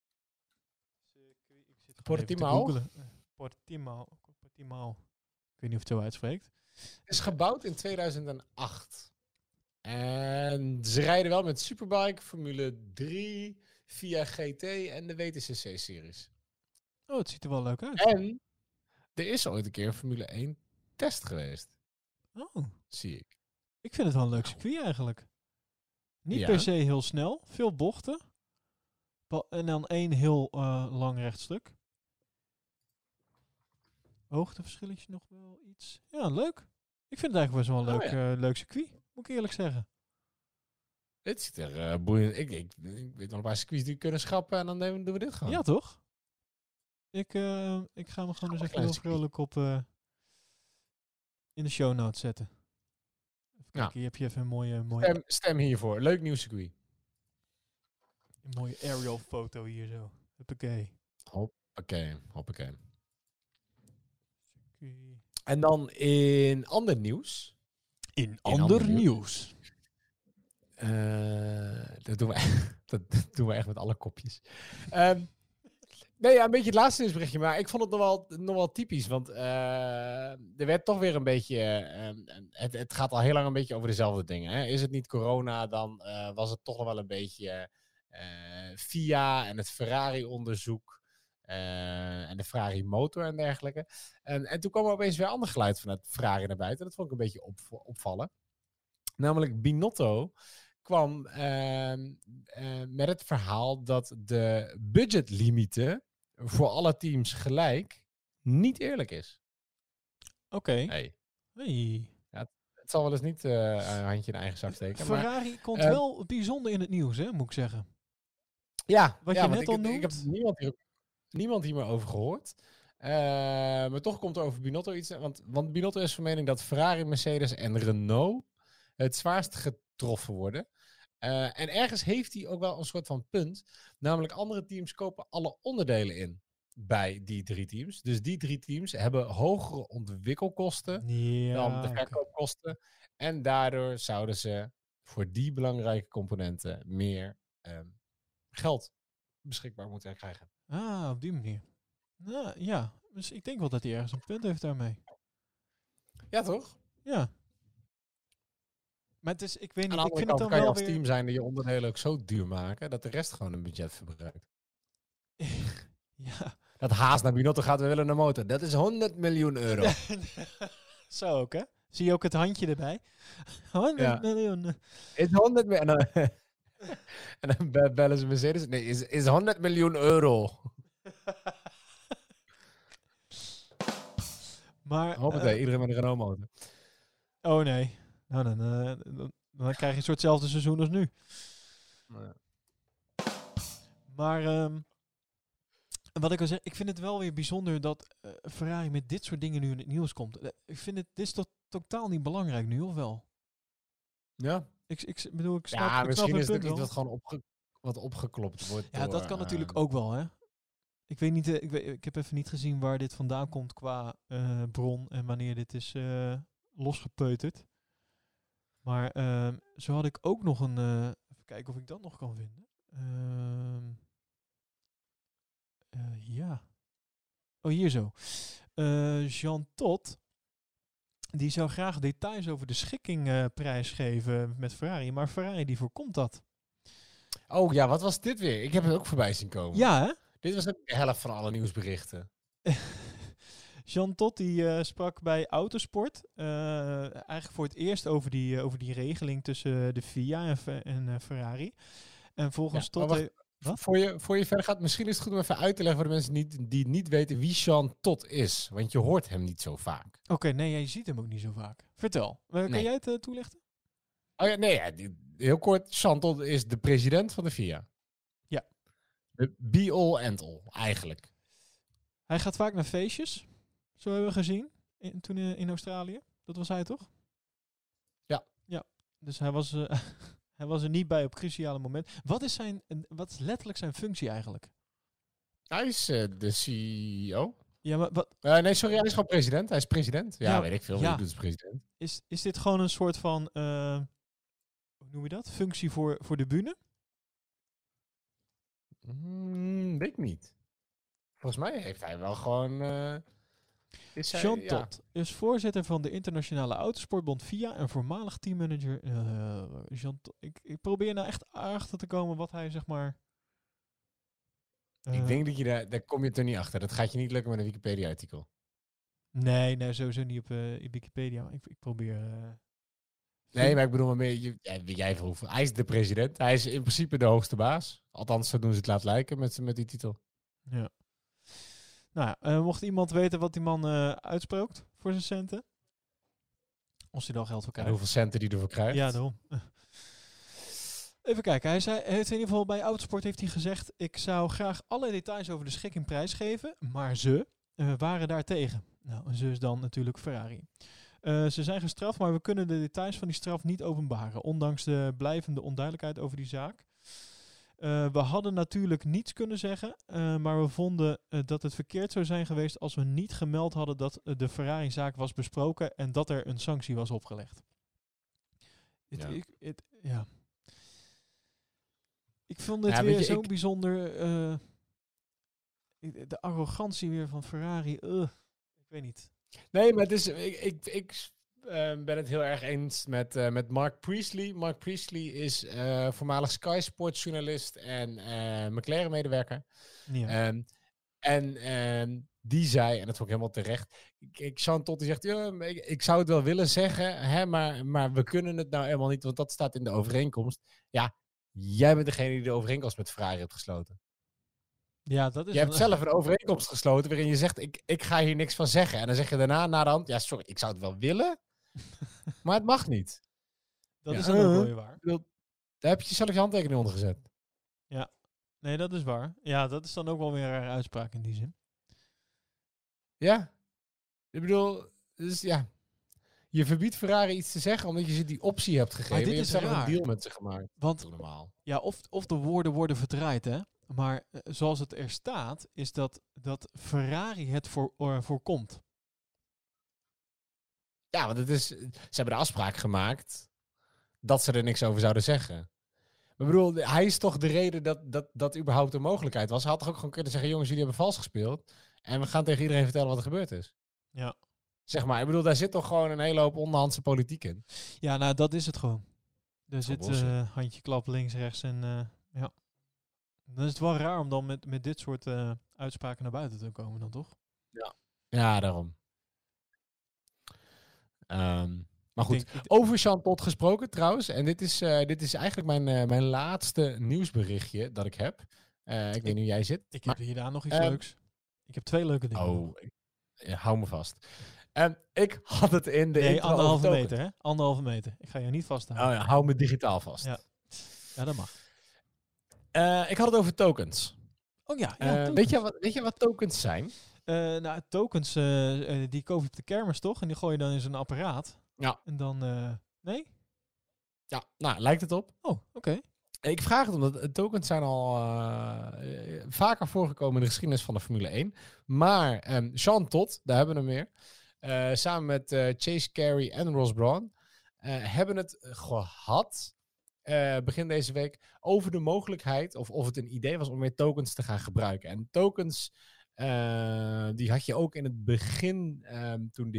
Portimao? Portimao. Ik weet niet of het zo uitspreekt. Het is gebouwd in 2008. En ze rijden wel met Superbike, Formule 3, via GT en de WTCC-series. Oh, het ziet er wel leuk uit. En er is ooit een keer een Formule 1 test geweest. Oh. Zie ik. Ik vind het wel een leuk circuit eigenlijk. Niet per se heel snel. Veel bochten. En dan 1 heel lang rechtstuk. Hoogteverschilletje nog wel iets. Ja, leuk. Ik vind het eigenlijk best wel een leuk circuit. Moet ik eerlijk zeggen. Het ziet er boeiend. Ik weet nog een paar circuits die kunnen schrappen en dan doen we dit gewoon. Ja, toch? Ik ga me gewoon eens even heel vrolijk op in de show notes zetten. Even kijken, hier heb je even een mooie Stem hiervoor. Leuk nieuw circuit. een mooie aerial foto hier zo. Huppakee. Hoppakee. Circuit. En dan in ander nieuws. In ander nieuws. Dat doen we echt met alle kopjes. Nee, ja, een beetje het laatste nieuwsberichtje, maar ik vond het nog wel typisch, want er werd toch weer een beetje, het gaat al heel lang een beetje over dezelfde dingen. Hè? Is het niet corona, dan was het toch nog wel een beetje FIA en het Ferrari-onderzoek en de Ferrari motor en dergelijke. En toen kwam er opeens weer ander geluid vanuit Ferrari naar buiten. Dat vond ik een beetje opvallen. Namelijk Binotto kwam met het verhaal dat de budgetlimieten voor alle teams gelijk niet eerlijk is. Oké. Hey. Ja, het zal wel eens niet een handje in eigen zak steken. Ferrari komt wel bijzonder in het nieuws, hè, moet ik zeggen. Ja, wat je net al noemt. Ik heb niemand hier meer over gehoord. Maar toch komt er over Binotto iets. Want Binotto is van mening dat Ferrari, Mercedes en Renault het zwaarst getroffen worden. En ergens heeft hij ook wel een soort van punt. Namelijk andere teams kopen alle onderdelen in bij die 3 teams. Dus die 3 teams hebben hogere ontwikkelkosten dan de verkoopkosten. En daardoor zouden ze voor die belangrijke componenten meer geld beschikbaar moeten krijgen. Ah, op die manier. Nou, ja, dus ik denk wel dat hij ergens een punt heeft daarmee. Ja, toch? Ja. Maar het is, ik weet niet, ik vind het dan wel als team zijn dat je onderdelen ook zo duur maken dat de rest gewoon een budget verbruikt. Ja. Dat Haas naar Binotto gaat, we willen een motor. Dat is 100 miljoen euro. Zo ook, hè? Zie je ook het handje erbij? 100 miljoen. Is 100 miljoen. En dan bellen ze Mercedes. Nee, is 100 miljoen euro. Maar iedereen met een Renault motor. Oh nee. Nou, dan krijg je een soortzelfde seizoen als nu. Ja. Maar wat ik al zeg, ik vind het wel weer bijzonder dat Ferrari met dit soort dingen nu in het nieuws komt. Ik vind dit is toch totaal niet belangrijk nu, of wel? Ja. Ik bedoel, ik snap, ja, misschien is het niet dat gewoon wat opgeklopt wordt. Ja, dat kan natuurlijk ook wel, hè. Ik weet niet, ik heb even niet gezien waar dit vandaan komt qua bron en wanneer dit is losgepeuterd. Maar zo had ik ook nog een... even kijken of ik dat nog kan vinden. Ja. Oh, hier zo. Jean Todt, die zou graag details over de schikking prijsgeven met Ferrari. Maar Ferrari die voorkomt dat. Oh ja, wat was dit weer? Ik heb het ook voorbij zien komen. Ja, hè? Dit was ook de helft van alle nieuwsberichten. Jean Todt die sprak bij Autosport eigenlijk voor het eerst over die regeling tussen de FIA en Ferrari. En volgens Todt... Voor je verder gaat, misschien is het goed om even uit te leggen voor de mensen die niet weten wie Jean Todt is. Want je hoort hem niet zo vaak. Oké, nee, je ziet hem ook niet zo vaak. Vertel. Kan jij het toelichten? Oh ja, nee, heel kort. Jean Todt is de president van de FIA. Ja. De be-all and all, eigenlijk. Hij gaat vaak naar feestjes. Zo hebben we gezien. Toen in Australië. Dat was hij toch? Ja. Ja. Dus hij was... Hij was er niet bij op cruciale momenten. Wat is letterlijk zijn functie eigenlijk? Hij is de CEO. Ja, maar wat? Nee, sorry, hij is gewoon president. Hij is president. Ja, weet ik veel. Wie doet als president? Is dit gewoon een soort van, hoe noem je dat? Functie voor de bühne? Weet ik niet. Volgens mij heeft hij wel gewoon... Jean Todt is voorzitter van de Internationale Autosportbond FIA en voormalig teammanager. Jean Todt. Ik probeer nou echt achter te komen wat hij zeg maar... ik denk dat je daar kom je er niet achter. Dat gaat je niet lukken met een Wikipedia-artikel. Nee, sowieso niet op Wikipedia. Ik probeer Nee, maar ik bedoel maar meer, jij vroeg. Hij is de president. Hij is in principe de hoogste baas. Althans, zo doen ze het laten lijken met die titel. Ja. Nou ja, mocht iemand weten wat die man uitspookt voor zijn centen? Als hij dan geld voor En krijgt. hoeveel centen die ervoor krijgt. Ja, daarom. Even kijken. Hij heeft in ieder geval bij Autosport heeft hij gezegd: ik zou graag alle details over de schikking prijsgeven, maar ze waren daar tegen. Nou, en ze is dan natuurlijk Ferrari. Ze zijn gestraft, maar we kunnen de details van die straf niet openbaren, ondanks de blijvende onduidelijkheid over die zaak. We hadden natuurlijk niets kunnen zeggen, maar we vonden dat het verkeerd zou zijn geweest als we niet gemeld hadden dat de Ferrari-zaak was besproken en dat er een sanctie was opgelegd. Ik vond dit weer zo bijzonder. De arrogantie weer van Ferrari. Ik weet niet. Nee, maar het is, ik ben het heel erg eens met Mark Priestley. Mark Priestley is voormalig Sky Sports journalist en McLaren-medewerker. Ja. En die zei, en dat vond ik helemaal terecht, Jean Todt die zegt, ik zou het wel willen zeggen, hè, maar we kunnen het nou helemaal niet, want dat staat in de overeenkomst. Ja, jij bent degene die de overeenkomst met Ferrari hebt gesloten. Ja, dat is je hebt zelf een overeenkomst gesloten waarin je zegt, ik ga hier niks van zeggen. En dan zeg je daarna, na de hand, ja sorry, ik zou het wel willen, maar het mag niet. Dat is dan ook wel weer waar. Daar heb je zelf je handtekening onder gezet. Ja, nee, dat is waar. Ja, dat is dan ook wel weer een uitspraak in die zin. Ja, ik bedoel, dus ja, je verbiedt Ferrari iets te zeggen omdat je ze die optie hebt gegeven. Maar dit je is hebt zelf raar. een deal met ze gemaakt. Want normaal. Ja, of de woorden worden verdraaid, hè. Maar zoals het er staat, is dat Ferrari het voorkomt. Ja, want ze hebben de afspraak gemaakt dat ze er niks over zouden zeggen. Maar ik bedoel, hij is toch de reden dat überhaupt een mogelijkheid was. Hij had toch ook gewoon kunnen zeggen, jongens, jullie hebben vals gespeeld. En we gaan tegen iedereen vertellen wat er gebeurd is. Ja. Zeg maar, ik bedoel, daar zit toch gewoon een hele hoop onderhandse politiek in. Ja, nou, dat is het gewoon. Er zit handje klap links, rechts en ja. Dan is het wel raar om dan met dit soort uitspraken naar buiten te komen dan, toch? Ja, daarom. Maar goed, over Jean Todt gesproken trouwens. En dit is eigenlijk mijn laatste nieuwsberichtje dat ik heb. Ik weet niet hoe jij zit. Ik heb hierna nog iets leuks. Ik heb 2 leuke dingen. Oh, hou me vast. Ik had het in de intro 1,5 meter, hè? 1,5 meter. Ik ga je niet vasthouden. Oh ja, hou me digitaal vast. Ja, dat mag. Ik had het over tokens. Oh ja, tokens. Weet je wat tokens zijn? Nou, tokens, die koop je op de kermis, toch? En die gooi je dan in zo'n apparaat. Ja. En dan, nee? Ja, nou, lijkt het op. Oh, oké. Ik vraag het omdat tokens zijn al vaker voorgekomen in de geschiedenis van de Formule 1. Maar Jean Todt, daar hebben we hem weer, samen met Chase Carey en Ross Brawn, hebben het gehad, begin deze week, over de mogelijkheid, of het een idee was om meer tokens te gaan gebruiken. En tokens, die had je ook in het begin, toen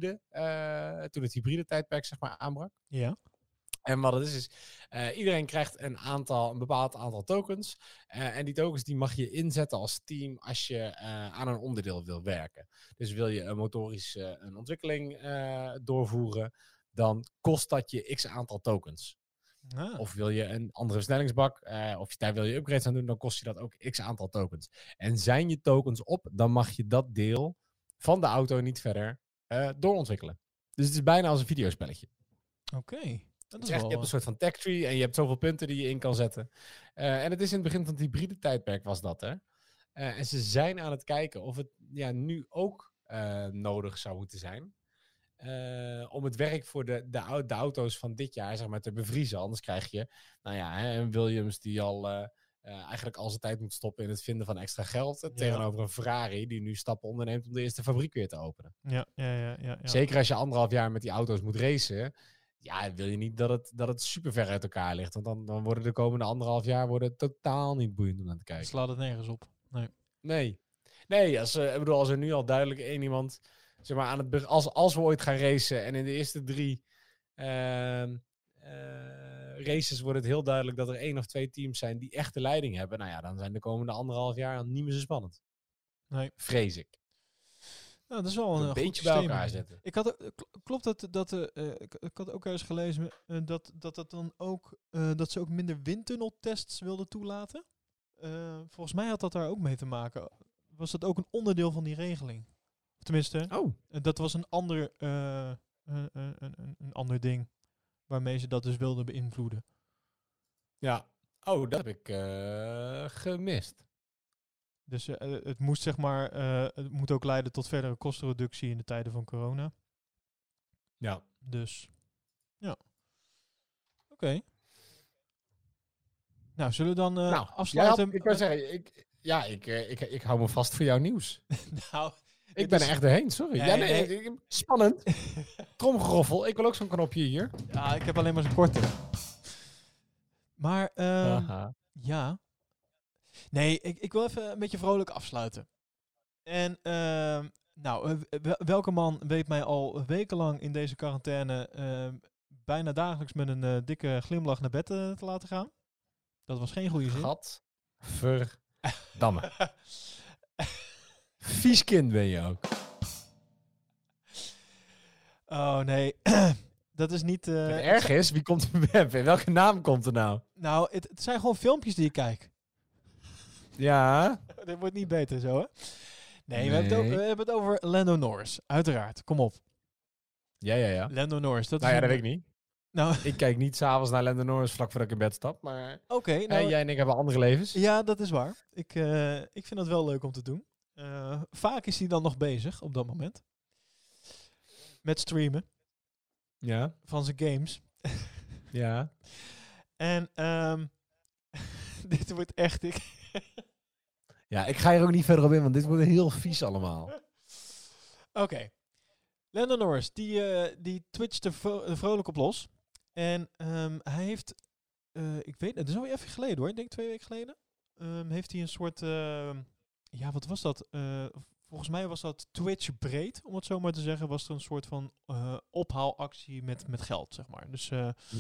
het hybride tijdperk zeg maar aanbrak. Ja. En wat het is iedereen krijgt een bepaald aantal tokens. En die tokens die mag je inzetten als team als je aan een onderdeel wil werken. Dus wil je een ontwikkeling doorvoeren, dan kost dat je x aantal tokens. Ah. Of wil je een andere versnellingsbak, of daar wil je upgrades aan doen, dan kost je dat ook x aantal tokens. En zijn je tokens op, dan mag je dat deel van de auto niet verder doorontwikkelen. Dus het is bijna als een videospelletje. Oké. Dat is echt, je hebt een soort van tech tree en je hebt zoveel punten die je in kan zetten. En het is in het begin van het hybride tijdperk was dat, hè. En ze zijn aan het kijken of het nu ook nodig zou moeten zijn. Om het werk voor de auto's van dit jaar zeg maar, te bevriezen. Anders krijg je een Williams die al eigenlijk al zijn tijd moet stoppen in het vinden van extra geld. Tegenover een Ferrari die nu stappen onderneemt om de eerste fabriek weer te openen. Ja. Zeker als je 1,5 jaar met die auto's moet racen. Ja, wil je niet dat het super ver uit elkaar ligt. Want dan worden de komende 1,5 jaar totaal niet boeiend om naar te kijken. Slaat het nergens op. Nee, als er nu al duidelijk één iemand, zeg maar, als we ooit gaan racen en in de eerste 3 races wordt het heel duidelijk dat er 1 of 2 teams zijn die echt de leiding hebben. Nou ja, dan zijn de komende 1,5 jaar niet meer zo spannend. Nee. Vrees ik. Nou, dat is wel een beetje goed bij systeem. elkaar zetten. Ik had, klopt dat ik had ook ergens gelezen dat dan ook dat ze ook minder windtunneltests wilden toelaten. Volgens mij had dat daar ook mee te maken. Was dat ook een onderdeel van die regeling? Tenminste, dat was een ander ding waarmee ze dat dus wilden beïnvloeden. Ja. Oh, dat heb ik gemist. Dus het moest zeg maar, het moet ook leiden tot verdere kostenreductie in de tijden van corona. Ja. Dus, ja. Oké. Nou, zullen we dan afsluiten? Ik kan zeggen, ik hou me vast voor jouw nieuws. Nou, Ik ben er echt doorheen, sorry. Nee. Spannend. Tromgeroffel, ik wil ook zo'n knopje hier. Ja, ik heb alleen maar zo'n korte. Maar, ja. Nee, ik wil even een beetje vrolijk afsluiten. En, welke man weet mij al wekenlang in deze quarantaine bijna dagelijks met een dikke glimlach naar bed te laten gaan? Dat was geen goede zin. Gadverdamme. Vies kind ben je ook. Oh, nee. Dat is niet... Het erg is, wie komt er welke naam komt er nou? Nou, het zijn gewoon filmpjes die ik kijk. Ja. Dit wordt niet beter zo, hè? Nee. We hebben het over Lando Norris. Uiteraard. Kom op. Ja. Lando Norris. Dat weet ik niet. Nou, ik kijk niet s'avonds naar Lando Norris vlak voordat ik in bed stap. Maar oké. jij en ik hebben andere levens. Ja, dat is waar. Ik vind dat wel leuk om te doen. Vaak is hij dan nog bezig op dat moment. Met streamen. Ja. Van zijn games. Ja. En dit wordt echt... Ja, ik ga hier ook niet verder op in, want dit wordt heel vies allemaal. Oké. Lando Norris, die twitcht er vrolijk op los. En hij heeft... ik weet het is alweer even geleden hoor. Ik denk 2 weken geleden. Heeft hij een soort... ja, wat was dat? Volgens mij was dat Twitch breed, om het zo maar te zeggen. Was er een soort van ophaalactie met geld, zeg maar. Dus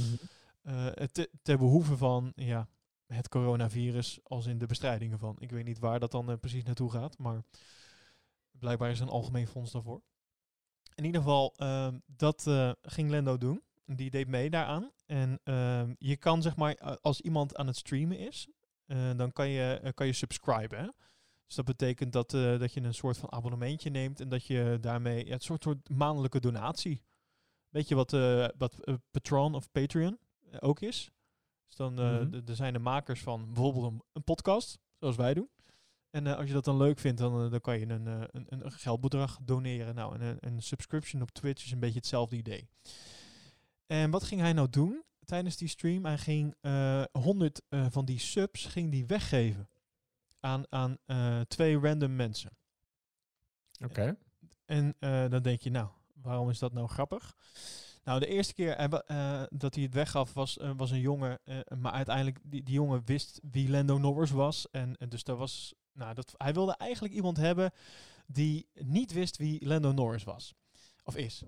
ter behoeve van het coronavirus als in de bestrijding ervan. Ik weet niet waar dat dan precies naartoe gaat, maar blijkbaar is er een algemeen fonds daarvoor. In ieder geval, dat ging Lando doen. Die deed mee daaraan. En je kan zeg maar, als iemand aan het streamen is, dan kan je subscriben. Hè? Dus dat betekent dat je een soort van abonnementje neemt en dat je daarmee een soort maandelijke donatie. Weet je wat Patreon of Patreon ook is? Dus dan er zijn de makers van bijvoorbeeld een podcast, zoals wij doen. En als je dat dan leuk vindt, dan kan je een geldbedrag doneren. Nou, een subscription op Twitch is een beetje hetzelfde idee. En wat ging hij nou doen tijdens die stream? Hij ging 100 van die subs ging die weggeven aan 2 random mensen. Oké. En dan denk je, nou, waarom is dat nou grappig? Nou, de eerste keer dat hij het weggaf was een jongen. Maar uiteindelijk, die jongen wist wie Lando Norris was. En dus daar was... hij wilde eigenlijk iemand hebben die niet wist wie Lando Norris was. Of is.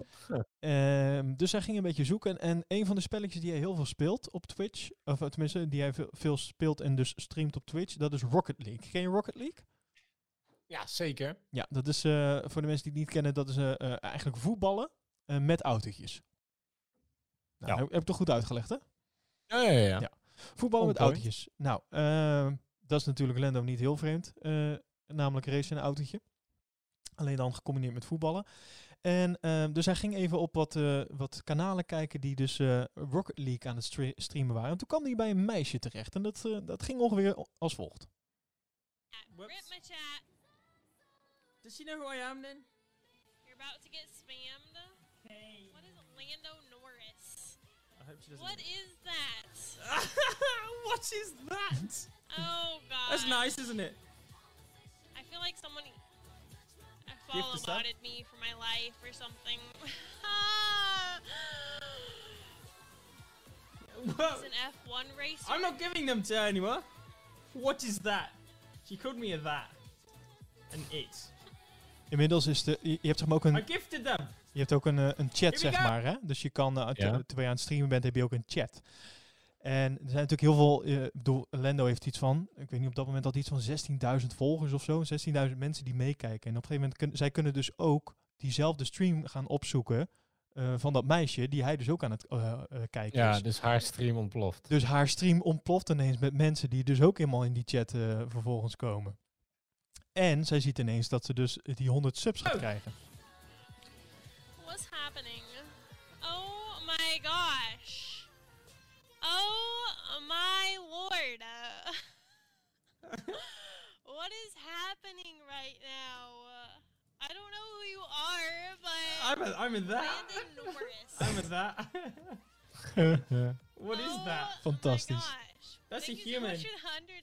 Dus hij ging een beetje zoeken. En een van de spelletjes die hij heel veel speelt op Twitch. Of tenminste, die hij veel speelt en dus streamt op Twitch. Dat is Rocket League. Ken je Rocket League? Ja, zeker. Ja, dat is voor de mensen die het niet kennen. Dat is eigenlijk voetballen met autootjes. Nou, heb ik toch goed uitgelegd, hè? Ja. Voetballen met autootjes. Nou, dat is natuurlijk Lando niet heel vreemd. Namelijk racen in een autootje. Alleen dan gecombineerd met voetballen. En dus hij ging even op wat kanalen kijken die dus Rocket League aan het streamen waren. En toen kwam hij bij een meisje terecht. En dat ging ongeveer als volgt. Rip my chat. Does she know who I am then? You're about to get spammed. Hey. What is Lando Norris? I hope she doesn't. What is that? What is that? Oh god. That's nice, isn't it? I feel like someone Gift us up? allotted me for my life or something. Whoa. It's an F1 racer. I'm not giving them to anyone. What is that? She called me a that. An it. Inmiddels is je hebt zeg maar ook I een... gifted them. Je hebt ook een chat, Here we zeg go. maar. Hè? Dus je kan, terwijl je aan het streamen bent, heb je ook een chat. En er zijn natuurlijk heel veel, Lando heeft iets van, ik weet niet, op dat moment had hij iets van 16.000 volgers of zo. 16.000 mensen die meekijken. En op een gegeven moment, zij kunnen dus ook diezelfde stream gaan opzoeken van dat meisje, die hij dus ook aan het kijken is. Ja, dus haar stream ontploft. Dus haar stream ontploft ineens met mensen die dus ook helemaal in die chat vervolgens komen. En zij ziet ineens dat ze dus die 100 subs gaat krijgen. What's happening? Oh my gosh. Oh my lord. What is happening right now? I don't know who you are, but I'm in that. Landon Norris. I'm in that. What is that? Fantastisch. Oh my gosh. That's Thank a you so human. much for the 100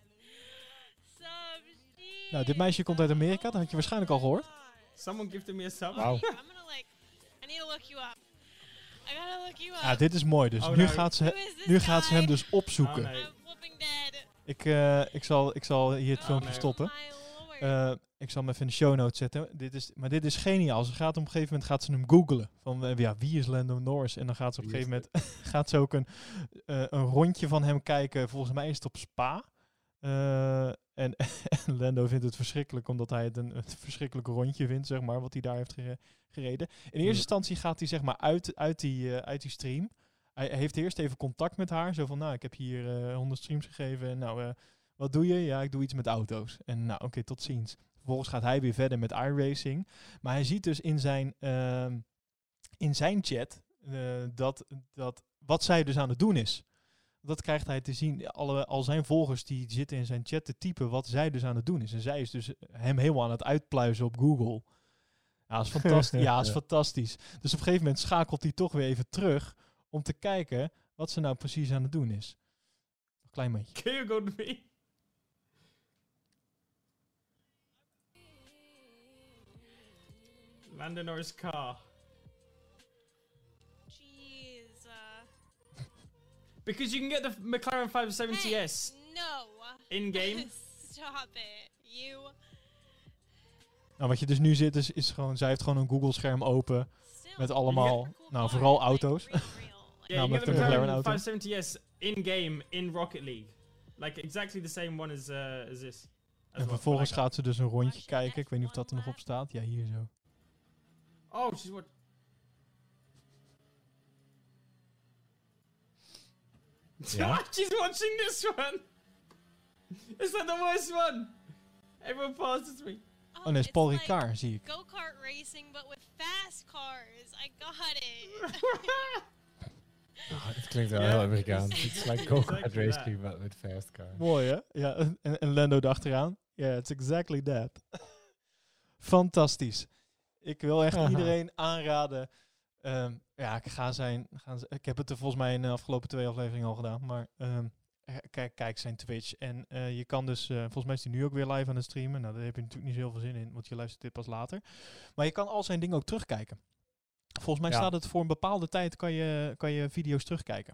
subs. Nou, dit meisje komt uit Amerika, dat had je waarschijnlijk al gehoord. Someone gifted me a sub. Wow. I'm gonna I need to look you up. I gotta look you up. Ja, dit is mooi. Dus Oh, nu, nou, gaat Who ze, is this nu gaat ze hem guy? dus opzoeken. Oh, nee. I'm flipping dead. Ik zal hier het filmpje nee. stoppen. Oh my lord. Ik zal hem even in de show notes zetten. Dit is geniaal. Ze gaat op een gegeven moment gaat ze hem googlen. Van wie is Lando Norris? En dan gaat ze op een Wie gegeven is moment gaat ze ook een rondje van hem kijken. Volgens mij is het op Spa. En Lando vindt het verschrikkelijk, omdat hij het een verschrikkelijk rondje vindt, zeg maar, wat hij daar heeft gereden. In eerste instantie gaat hij zeg maar uit die stream. Hij heeft eerst even contact met haar. Zo van, nou, ik heb hier 100 streams gegeven. En nou, wat doe je? Ja, ik doe iets met auto's. En nou, oké, tot ziens. Vervolgens gaat hij weer verder met iRacing. Maar hij ziet dus in zijn chat dat wat zij dus aan het doen is. Dat krijgt hij te zien. Al zijn volgers die zitten in zijn chat te typen wat zij dus aan het doen is. En zij is dus hem helemaal aan het uitpluizen op Google. Ja, dat is fantastisch. Ja, dat is fantastisch. Dus op een gegeven moment schakelt hij toch weer even terug om te kijken wat ze nou precies aan het doen is. Een klein beetje. Can you go to me? Lando Norris car. Jeez. Because you can get the McLaren 570S No. in game. Stop it. You Nou, wat je dus nu ziet is gewoon, zij heeft gewoon een Google scherm open still. met allemaal, Super cool nou car, vooral like, auto's. real. Yeah, you Namelijk get the de McLaren McLaren auto. 570S in game in Rocket League. Like exactly the same one as this. En vervolgens gaat ze dus een rondje kijken. Ik weet niet of dat er nog op staat. Ja, hier zo. Oh, she's what? Ja? She's watching this one. Is that the worst one? Everyone passes me. Oh nee, is it's Paul like Ricard, zie ik. Go-kart racing, but with fast cars. I got it. Oh, dit klinkt wel Ja, heel Amerikaans. it's It's like go-kart exactly racing, but with fast cars. Mooi hè? Ja, en Lando erachteraan. Yeah, it's exactly that. Fantastisch. Ik wil echt iedereen aanraden. Ik heb het er volgens mij in de afgelopen 2 afleveringen al gedaan. Maar kijk zijn Twitch. En je kan dus, volgens mij is hij nu ook weer live aan het streamen. Nou, daar heb je natuurlijk niet zo heel veel zin in, want je luistert dit pas later. Maar je kan al zijn dingen ook terugkijken. Volgens mij staat het voor een bepaalde tijd kan je video's terugkijken.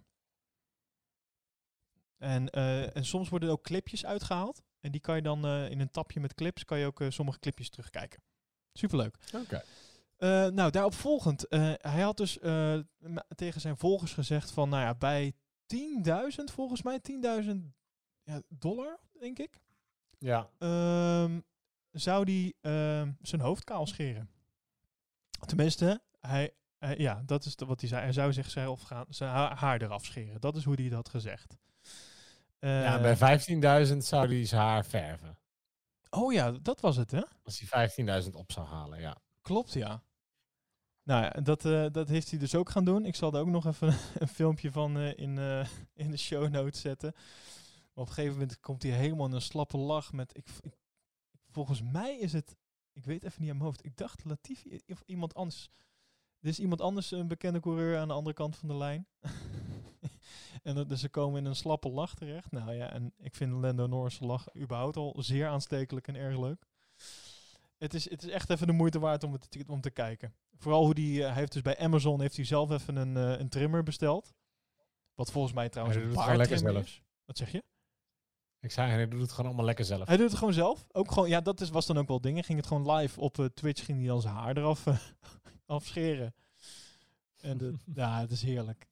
En soms worden er ook clipjes uitgehaald. En die kan je dan in een tapje met clips, kan je ook sommige clipjes terugkijken. Superleuk. Oké. Nou, daarop volgend. Hij had dus tegen zijn volgers gezegd van, nou ja, bij 10.000 volgens mij, $10.000, denk ik. Ja. Zou die zijn hoofd kaal scheren. Tenminste, dat is wat hij zei. Hij zou zichzelf zijn haar eraf scheren. Dat is hoe hij dat had gezegd. Ja, bij 15.000 zou hij zijn haar verven. Oh ja, dat was het, hè? Als hij 15.000 op zou halen, ja. Klopt, ja. Nou ja, dat heeft hij dus ook gaan doen. Ik zal er ook nog even een filmpje van in de show notes zetten. Maar op een gegeven moment komt hij helemaal in een slappe lach met... volgens mij is het... Ik weet even niet aan mijn hoofd. Ik dacht Latifi of iemand anders. Er is iemand anders, een bekende coureur aan de andere kant van de lijn. En dus ze komen in een slappe lach terecht. Nou ja, en ik vind Lando Norris' lach überhaupt al zeer aanstekelijk en erg leuk. Het is echt even de moeite waard om te kijken. Vooral hoe hij heeft dus bij Amazon heeft hij zelf even een trimmer besteld. Wat volgens mij trouwens Hij een doet het gewoon baardtrimmer lekker is. Wat zeg je? Ik zei, hij doet het gewoon allemaal lekker zelf. Hij doet het gewoon zelf. Ook gewoon, ja, was dan ook wel dingen. Ging het gewoon live op Twitch, ging hij dan zijn haar eraf afscheren. En ja, het is heerlijk.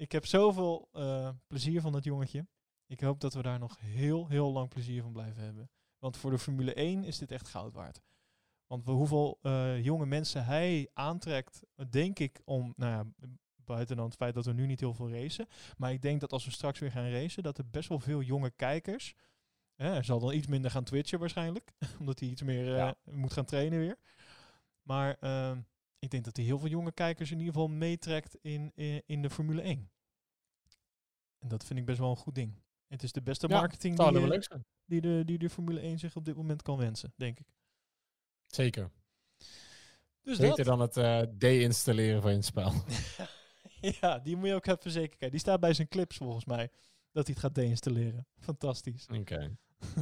Ik heb zoveel plezier van dat jongetje. Ik hoop dat we daar nog heel, heel lang plezier van blijven hebben. Want voor de Formule 1 is dit echt goud waard. Want hoeveel jonge mensen hij aantrekt, denk ik, buiten dan het feit dat we nu niet heel veel racen. Maar ik denk dat als we straks weer gaan racen, dat er best wel veel jonge kijkers... hij zal dan iets minder gaan twitchen waarschijnlijk. Omdat hij iets meer moet gaan trainen weer. Maar ik denk dat hij heel veel jonge kijkers in ieder geval meetrekt in de Formule 1. En dat vind ik best wel een goed ding. Het is de beste marketing die de Formule 1 zich op dit moment kan wensen, denk ik. Zeker. Dus beter dan het deinstalleren van je spel. Ja, die moet je ook even zeker kijken. Die staat bij zijn clips volgens mij. Dat hij het gaat deinstalleren. Fantastisch. Oké.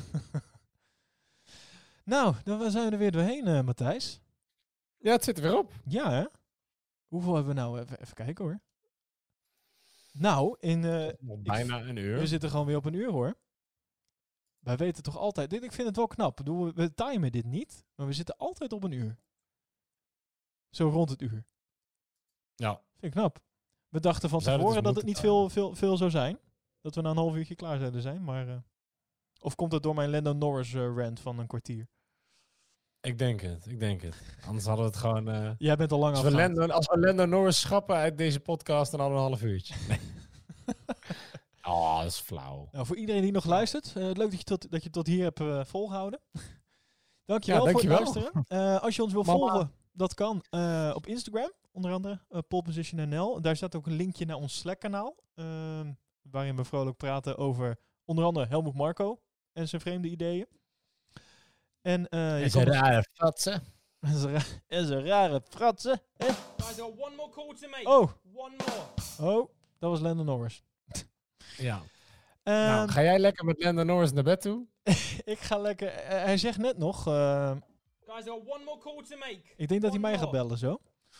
Nou, dan zijn we er weer doorheen, Matthijs. Ja, het zit er weer op. Ja, hè? Hoeveel hebben we nou? Even kijken hoor. Nou, bijna een uur. We zitten gewoon weer op een uur hoor. Wij weten toch altijd... Ik vind het wel knap. We timen dit niet, maar we zitten altijd op een uur. Zo rond het uur. Ja. Vind ik knap. We dachten van tevoren dat het niet veel zou zijn. Dat we na een half uurtje klaar zouden zijn. Maar, of komt het door mijn Lando Norris rant van een kwartier? Ik denk het. Anders hadden we het gewoon... Jij bent al lang afgehaald. Als we Lando Norris schrappen uit deze podcast, dan hadden we een half uurtje. Nee. Dat is flauw. Nou, voor iedereen die nog luistert, leuk dat je tot hier hebt volgehouden. Dankjewel voor het luisteren. Als je ons wil volgen, dat kan op Instagram, onder andere polepositionnl. Daar staat ook een linkje naar ons Slack-kanaal, waarin we vrolijk praten over onder andere Helmut Marko en zijn vreemde ideeën. En zijn rare fratsen. En zijn rare fratsen. Guys, I got one more call to make. Oh. One more. Oh, dat was Lando Norris. Ja. Nou, ga jij lekker met Lando Norris naar bed toe? Ik ga lekker... hij zegt net nog... Guys, I got one more call to make. Ik denk dat hij mij gaat bellen zo.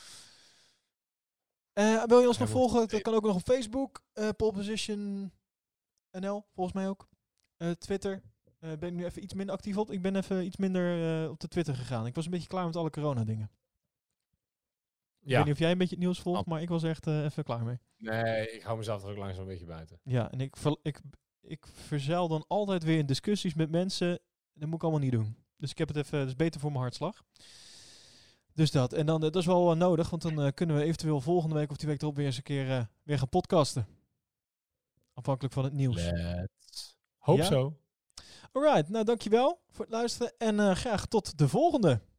Wil je ons nog volgen? Dat kan ook nog op Facebook. Pole Position NL, volgens mij ook. Twitter. Ben ik nu even iets minder actief op. Ik ben even iets minder op de Twitter gegaan. Ik was een beetje klaar met alle corona dingen. Ik weet niet of jij een beetje het nieuws volgt, maar ik was echt even klaar mee. Nee, ik hou mezelf er ook langzaam een beetje buiten. Ja, en ik verzeil dan altijd weer in discussies met mensen. Dat moet ik allemaal niet doen. Dus ik heb het even, dat is beter voor mijn hartslag. Dus dat. En dan, dat is wel nodig, want dan kunnen we eventueel volgende week of die week erop weer eens een keer weer gaan podcasten. Afhankelijk van het nieuws. Let's hope so. Alright, nou dankjewel voor het luisteren en graag tot de volgende.